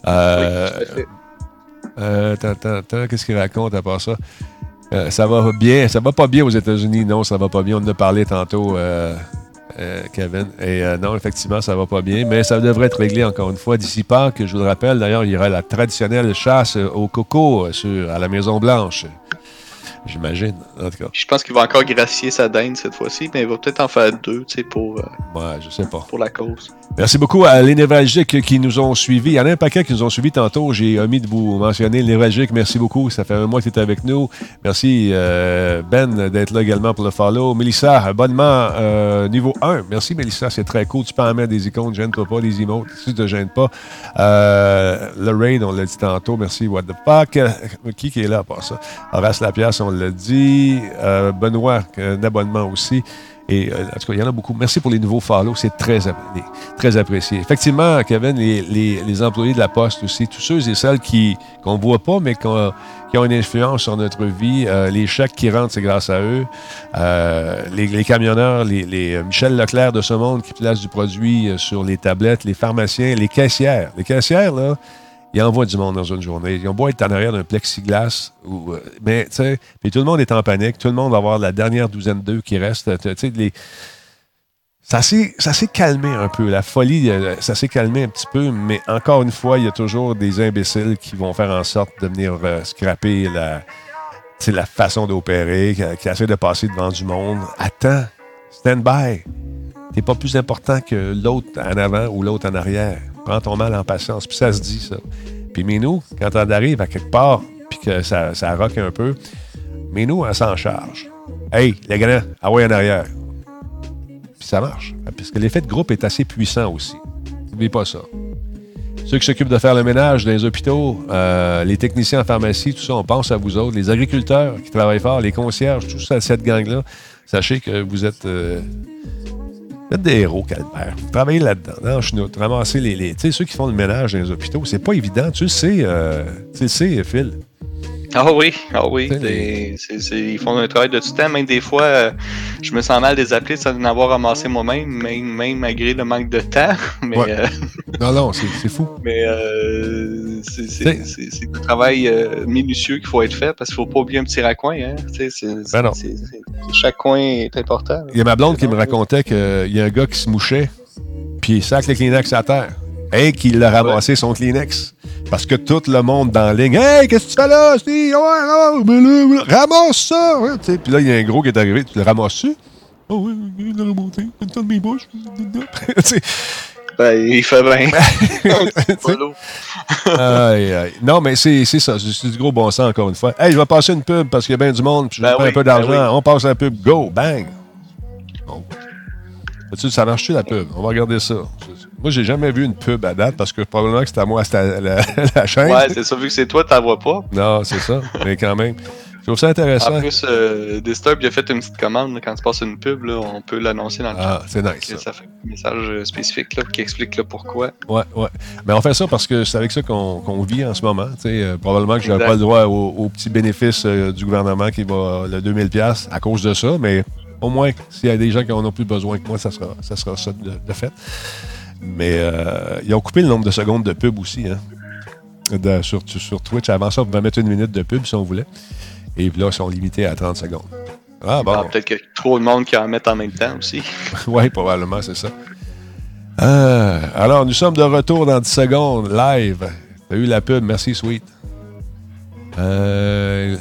Euh,
oui,
euh, attends, attends, attends, qu'est-ce qu'il raconte à part ça? Euh, ça va bien, ça va pas bien aux États-Unis, non, ça va pas bien. On en a parlé tantôt, euh, euh, Kevin. Et euh, non, effectivement, ça va pas bien, mais ça devrait être réglé encore une fois d'ici Pâques. Je vous le rappelle, d'ailleurs, il y aura la traditionnelle chasse au coco sur, à la Maison-Blanche. J'imagine, en tout cas.
Je pense qu'il va encore gracier sa dinde cette fois-ci, mais il va peut-être en faire deux, tu sais, pour, euh,
ouais, je sais pas.
pour la cause.
Merci beaucoup à les névralgiques qui nous ont suivis. Il y en a un paquet qui nous ont suivis tantôt. J'ai omis de vous mentionner les névralgiques. Merci beaucoup. Ça fait un mois que tu es avec nous. Merci, euh, Ben, d'être là également pour le follow. Mélissa, abonnement euh, niveau un. Merci, Mélissa. C'est très cool. Tu peux en mettre des icônes. Gêne-toi pas, les emotes. Si tu te gênes pas. Euh, Lorraine, on l'a dit tantôt. Merci, what the fuck. Qui qui est là à part ça? Horace Lapierre, on l'a dit. Euh, Benoît, un abonnement aussi. Et euh, en tout cas, il y en a beaucoup. Merci pour les nouveaux follow. C'est très, très apprécié. Effectivement, Kevin, les, les, les employés de la Poste aussi, tous ceux et celles qui qu'on ne voit pas, mais qu'on, qui ont une influence sur notre vie, euh, les chèques qui rentrent, c'est grâce à eux. Euh, les, les camionneurs, les, les Michel Leclerc de ce monde qui placent du produit sur les tablettes, les pharmaciens, les caissières. Les caissières, là, ils envoient du monde dans une journée. Ils ont beau être en arrière d'un plexiglas, ou, euh, mais tu sais, puis tout le monde est en panique. Tout le monde va avoir la dernière douzaine d'œufs qui restent. Tu sais, les... ça, s'est, ça s'est calmé un peu. La folie, ça s'est calmé un petit peu, mais encore une fois, il y a toujours des imbéciles qui vont faire en sorte de venir euh, scraper la, la façon d'opérer, qui, qui essaient de passer devant du monde. Attends, stand by. T'es pas plus important que l'autre en avant ou l'autre en arrière. Prends ton mal en patience. Puis ça se dit, ça. Puis Minou, quand on arrive à quelque part, puis que ça, ça rock un peu, Minou, elle s'en charge. Hey, les grands, ah ouais, en arrière. Puis ça marche. Parce que l'effet de groupe est assez puissant aussi. N'oubliez pas ça. Ceux qui s'occupent de faire le ménage dans les hôpitaux, euh, les techniciens en pharmacie, tout ça, on pense à vous autres. Les agriculteurs qui travaillent fort, les concierges, tout ça, cette gang-là. Sachez que vous êtes... Euh, Vous êtes des héros, Calvaire. Vous travaillez là-dedans, dans le chenoute, ramasser les... les tu sais, ceux qui font le ménage dans les hôpitaux, c'est pas évident. Tu le sais, euh, tu le sais, Phil.
Ah oui, ah oui. C'est, c'est, c'est, ils font un travail de tout temps. Même des fois, euh, je me sens mal de les appeler sans en avoir ramassé moi-même, même, même malgré le manque de temps. Mais,
ouais.
euh,
non, non, c'est, c'est fou.
Mais euh, c'est, c'est, c'est, c'est un travail euh, minutieux qu'il faut être fait parce qu'il ne faut pas oublier un petit raccoin. Hein. C'est, c'est,
ben non.
C'est, c'est, chaque coin est important.
Il y a ma blonde qui me racontait qu'il y a un gars qui se mouchait, puis il sac les Kleenex à terre. Et qu'il a ramassé ouais. son Kleenex. Parce que tout le monde dans la ligne, « Hey, qu'est-ce que tu fais là? Ouais, ouais, mais là, ramasse ça! Ouais, » Puis là, il y a un gros qui est arrivé. Tu le ramasses-tu? « Oh oui, il l'a remonté. Il dans mes bouches. »
Ben, il fait bien.
aïe, aïe. Non, mais c'est, c'est ça. C'est, c'est du gros bon sens, encore une fois. « Hey, je vais passer une pub parce qu'il y a bien du monde. Puis je vais ben faire oui, un peu d'argent. Ben oui. On passe la pub. Go! Bang! » Bon. Ça marche-tu, la pub? On va regarder ça. Moi, j'ai jamais vu une pub à date parce que probablement que c'est à moi, c'était à la, la chaîne.
Ouais, c'est ça, vu que c'est toi, tu n'en vois pas.
Non, c'est ça. Mais quand même. Je trouve ça intéressant.
En plus, euh, Disturb, il a fait une petite commande. Là, quand tu passes une pub, là, on peut l'annoncer dans le
Ah,
chat.
c'est nice. Ça.
ça fait un message spécifique là, qui explique là, pourquoi.
Ouais, ouais. Mais on fait ça parce que c'est avec ça qu'on qu'on vit en ce moment. Euh, probablement que je n'aurai
Exact.
pas le droit au, au petit bénéfice euh, du gouvernement qui va le deux mille dollars à cause de ça. Mais au moins, s'il y a des gens qui en ont plus besoin que moi, ça sera ça, sera ça de, de fait. Mais euh, ils ont coupé le nombre de secondes de pub aussi. Hein, de, sur, sur Twitch. Avant ça, on pouvait mettre une minute de pub si on voulait. Et là, ils sont limités à trente secondes. Ah bon.
Ah, peut-être qu'il y a trop de monde qui en mettent en même temps aussi.
Oui, probablement, c'est ça. Euh, alors, nous sommes de retour dans dix secondes, live. T'as eu la pub, merci, Sweet. Euh...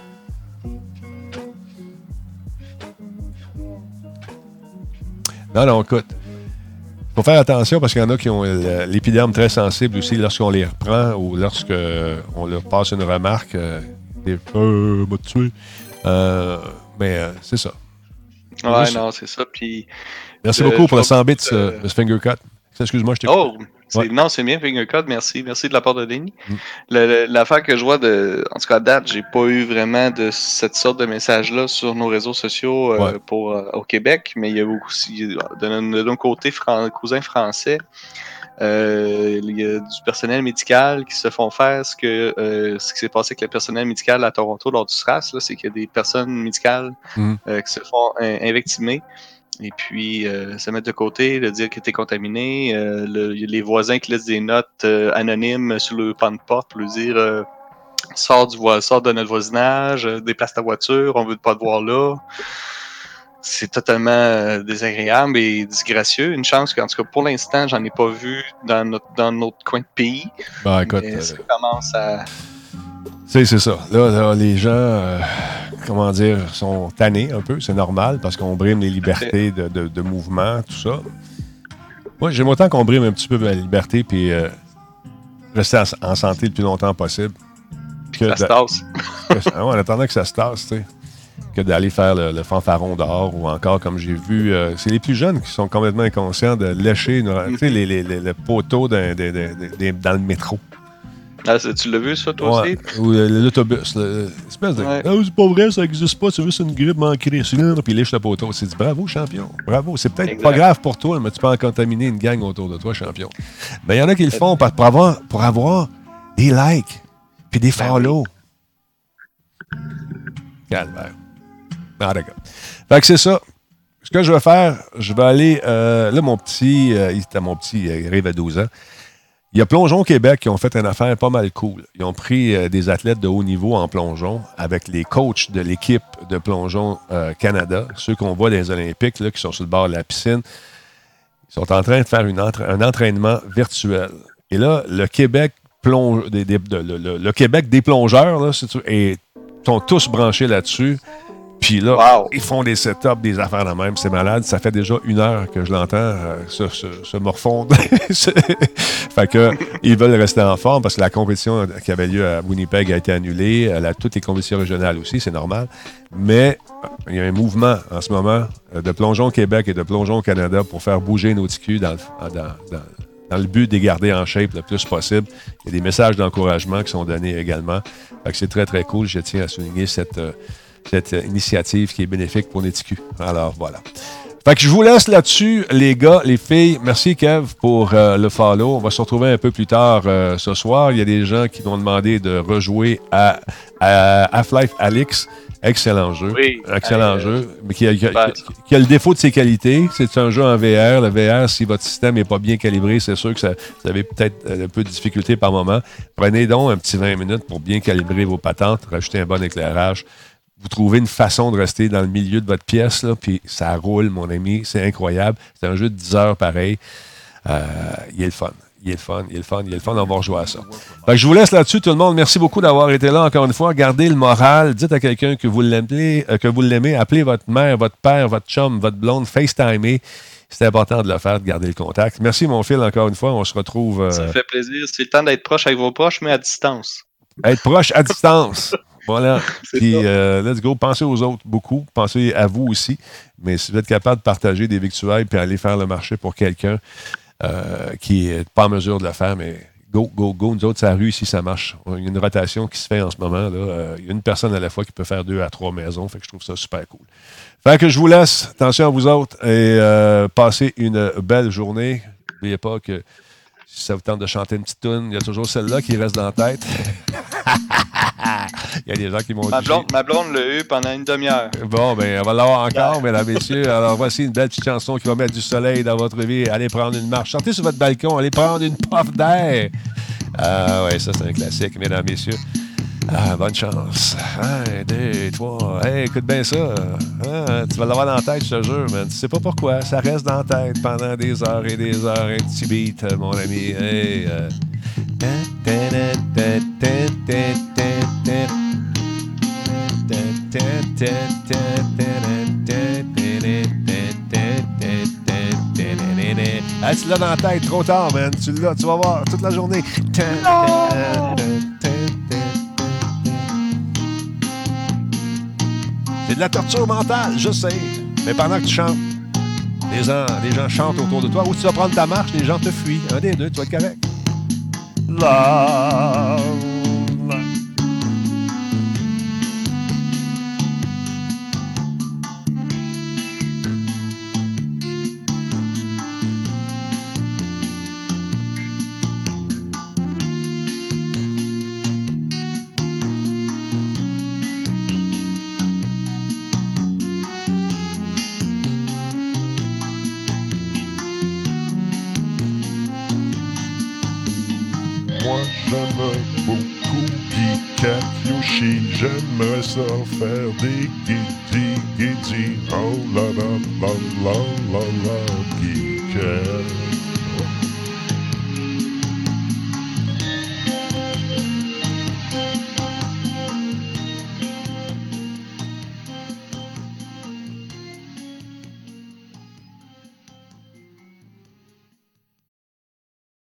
Non, non, écoute. Il faut faire attention parce qu'il y en a qui ont l'épiderme très sensible aussi lorsqu'on les reprend ou lorsqu'on leur passe une remarque. Euh, des euh, m'a tué. Euh, mais euh, c'est ça.
Ouais,
Juste...
non, c'est ça. Puis,
merci
euh,
beaucoup pour le cent bits,
euh...
euh, Finger Cut. Excuse-moi, je t'ai
Oh,
ouais.
non, c'est bien, Finger Cut. Merci. Merci de la part de Denis.
Mm.
Le, le, l'affaire que je vois, de, en tout cas à date, j'ai pas eu vraiment de cette sorte de message-là sur nos réseaux sociaux euh,
ouais.
pour, euh, au Québec, mais il y a aussi, de notre côté, fran- cousin français, Euh, il y a du personnel médical qui se font faire. Ce, que, euh, ce qui s'est passé avec le personnel médical à Toronto lors du S R A S, là, c'est qu'il y a des personnes médicales
mm.
euh, qui se font euh, invectiver et puis euh, se mettre de côté, de dire que tu es contaminé. Euh, le, il y a les voisins qui laissent des notes euh, anonymes sur le pan de porte pour lui dire euh, sors, du vo- sors de notre voisinage, euh, déplace ta voiture, on veut pas te voir là. C'est totalement euh, désagréable et disgracieux. Une chance qu'en tout cas, pour l'instant, j'en ai pas vu dans notre, dans notre coin de pays.
Ben, écoute,
mais ça
euh,
commence à...
C'est, c'est ça. Là, là les gens, euh, comment dire, sont tannés un peu. C'est normal parce qu'on brime les libertés de, de, de mouvement, tout ça. Moi, j'aime autant qu'on brime un petit peu la liberté puis euh, rester en, en santé le plus longtemps possible.
Que ça se tasse.
Que, en attendant que ça se tasse, tu sais. Que d'aller faire le, le fanfaron dehors ou encore, comme j'ai vu, euh, c'est les plus jeunes qui sont complètement inconscients de lécher une, mm-hmm. tu sais, les, les, les, le poteau d'un, d'un, d'un, d'un, dans le métro.
Ah, tu l'as vu, ça, toi
ouais.
aussi?
Ou l'autobus. L'espèce de. Ouais. Ah, c'est pas vrai, ça n'existe pas, c'est juste une grippe manquée cylindre, puis il lèche le poteau. C'est dit bravo, champion. Bravo. C'est peut-être exact. Pas grave pour toi, mais tu peux en contaminer une gang autour de toi, champion. Mais il y en a qui le font pour, pour, avoir, pour avoir des likes, puis des follow. Calvaire. Ah, d'accord. Fait que c'est ça. Ce que je vais faire, je vais aller. Euh, là, mon petit, euh, il était mon petit, il arrive à douze ans. Il y a Plongeon Québec qui ont fait une affaire pas mal cool. Ils ont pris euh, des athlètes de haut niveau en plongeon avec les coachs de l'équipe de Plongeon euh, Canada, ceux qu'on voit dans les Olympiques, là, qui sont sur le bord de la piscine. Ils sont en train de faire une entra- un entraînement virtuel. Et là, le Québec, plonge, des, des, de, le, le, le Québec des plongeurs, là, c'est, et sont tous branchés là-dessus. Puis là, wow. Ils font des setups, des affaires de même. C'est malade. Ça fait déjà une heure que je l'entends euh, se, se, se morfondre. Fait que ils veulent rester en forme parce que la compétition qui avait lieu à Winnipeg a été annulée. À toutes les compétitions régionales aussi, c'est normal. Mais il y a un mouvement en ce moment de Plongeon Québec et de Plongeon Canada pour faire bouger nos T Q dans, dans, dans, dans le but de les garder en shape le plus possible. Il y a des messages d'encouragement qui sont donnés également. Fait que c'est très, très cool. Je tiens à souligner cette... Euh, cette initiative qui est bénéfique pour les T Q. Alors, voilà. Fait que je vous laisse là-dessus, les gars, les filles. Merci, Kev, pour euh, le follow. On va se retrouver un peu plus tard euh, ce soir. Il y a des gens qui m'ont demandé de rejouer à, à Half-Life Alyx. Excellent jeu.
Oui.
Excellent
euh,
jeu. Mais qui a, qui, a, qui a le défaut de ses qualités. C'est un jeu en V R. Le V R, si votre système n'est pas bien calibré, c'est sûr que ça, vous avez peut-être un peu de difficulté par moment. Prenez donc un petit vingt minutes pour bien calibrer vos patentes, rajouter un bon éclairage. Vous trouvez une façon de rester dans le milieu de votre pièce, là, puis ça roule, mon ami. C'est incroyable. C'est un jeu de dix heures pareil. Euh, il est le fun. Il est le fun. Il est le fun. Il est le fun d'avoir joué à ça. Fait que je vous laisse là-dessus, tout le monde. Merci beaucoup d'avoir été là encore une fois. Gardez le moral. Dites à quelqu'un que vous l'aimez, euh, que vous l'aimez. Appelez votre mère, votre père, votre chum, votre blonde. FaceTimez. C'est important de le faire, de garder le contact. Merci, mon fils, encore une fois. On se retrouve... Euh...
Ça fait plaisir. C'est le temps d'être proche avec vos proches, mais à distance.
Être proche à distance. Voilà. Puis, euh, let's go. Pensez aux autres beaucoup. Pensez à vous aussi. Mais si vous êtes capable de partager des victuailles puis aller faire le marché pour quelqu'un, euh, qui n'est pas en mesure de le faire, mais go, go, go. Nous autres, c'est la rue ici, ça marche. Il y a une rotation qui se fait en ce moment. Là. Euh, il y a une personne à la fois qui peut faire deux à trois maisons. Fait que je trouve ça super cool. Fait que je vous laisse. Attention à vous autres et euh, passez une belle journée. N'oubliez pas que si ça vous tente de chanter une petite toune, il y a toujours celle-là qui reste dans la tête. Il y a des gens qui m'ont
ma
dit...
blonde, ma blonde l'a eu pendant une demi-heure.
Bon, bien, on va l'avoir encore, mesdames et messieurs. Alors, voici une belle petite chanson qui va mettre du soleil dans votre vie. Allez prendre une marche. Sortez sur votre balcon. Allez prendre une puff d'air. Ah, ouais, ça, c'est un classique, mesdames et messieurs. Ah, bonne chance. Un, deux, trois. Hey, écoute bien ça. Ah, tu vas l'avoir dans la tête, je te jure, man. Tu sais pas pourquoi. Ça reste dans la tête pendant des heures et des heures. Un petit beat, mon ami. Hey, euh... Ah, tu l'as dans la tête, trop tard, man. Tu l'as, tu vas voir toute la journée. C'est de la torture mentale, je sais. Mais pendant que tu chantes, les gens, les gens chantent autour de toi. Ou tu vas prendre ta marche, les gens te fuient. Un des deux, tu vas être correct. La, la.
Moi j'aime beaucoup Guy Katioshi, j'aimerais ça faire des guidis, guidis, oh la la la la la la, Guy Kat.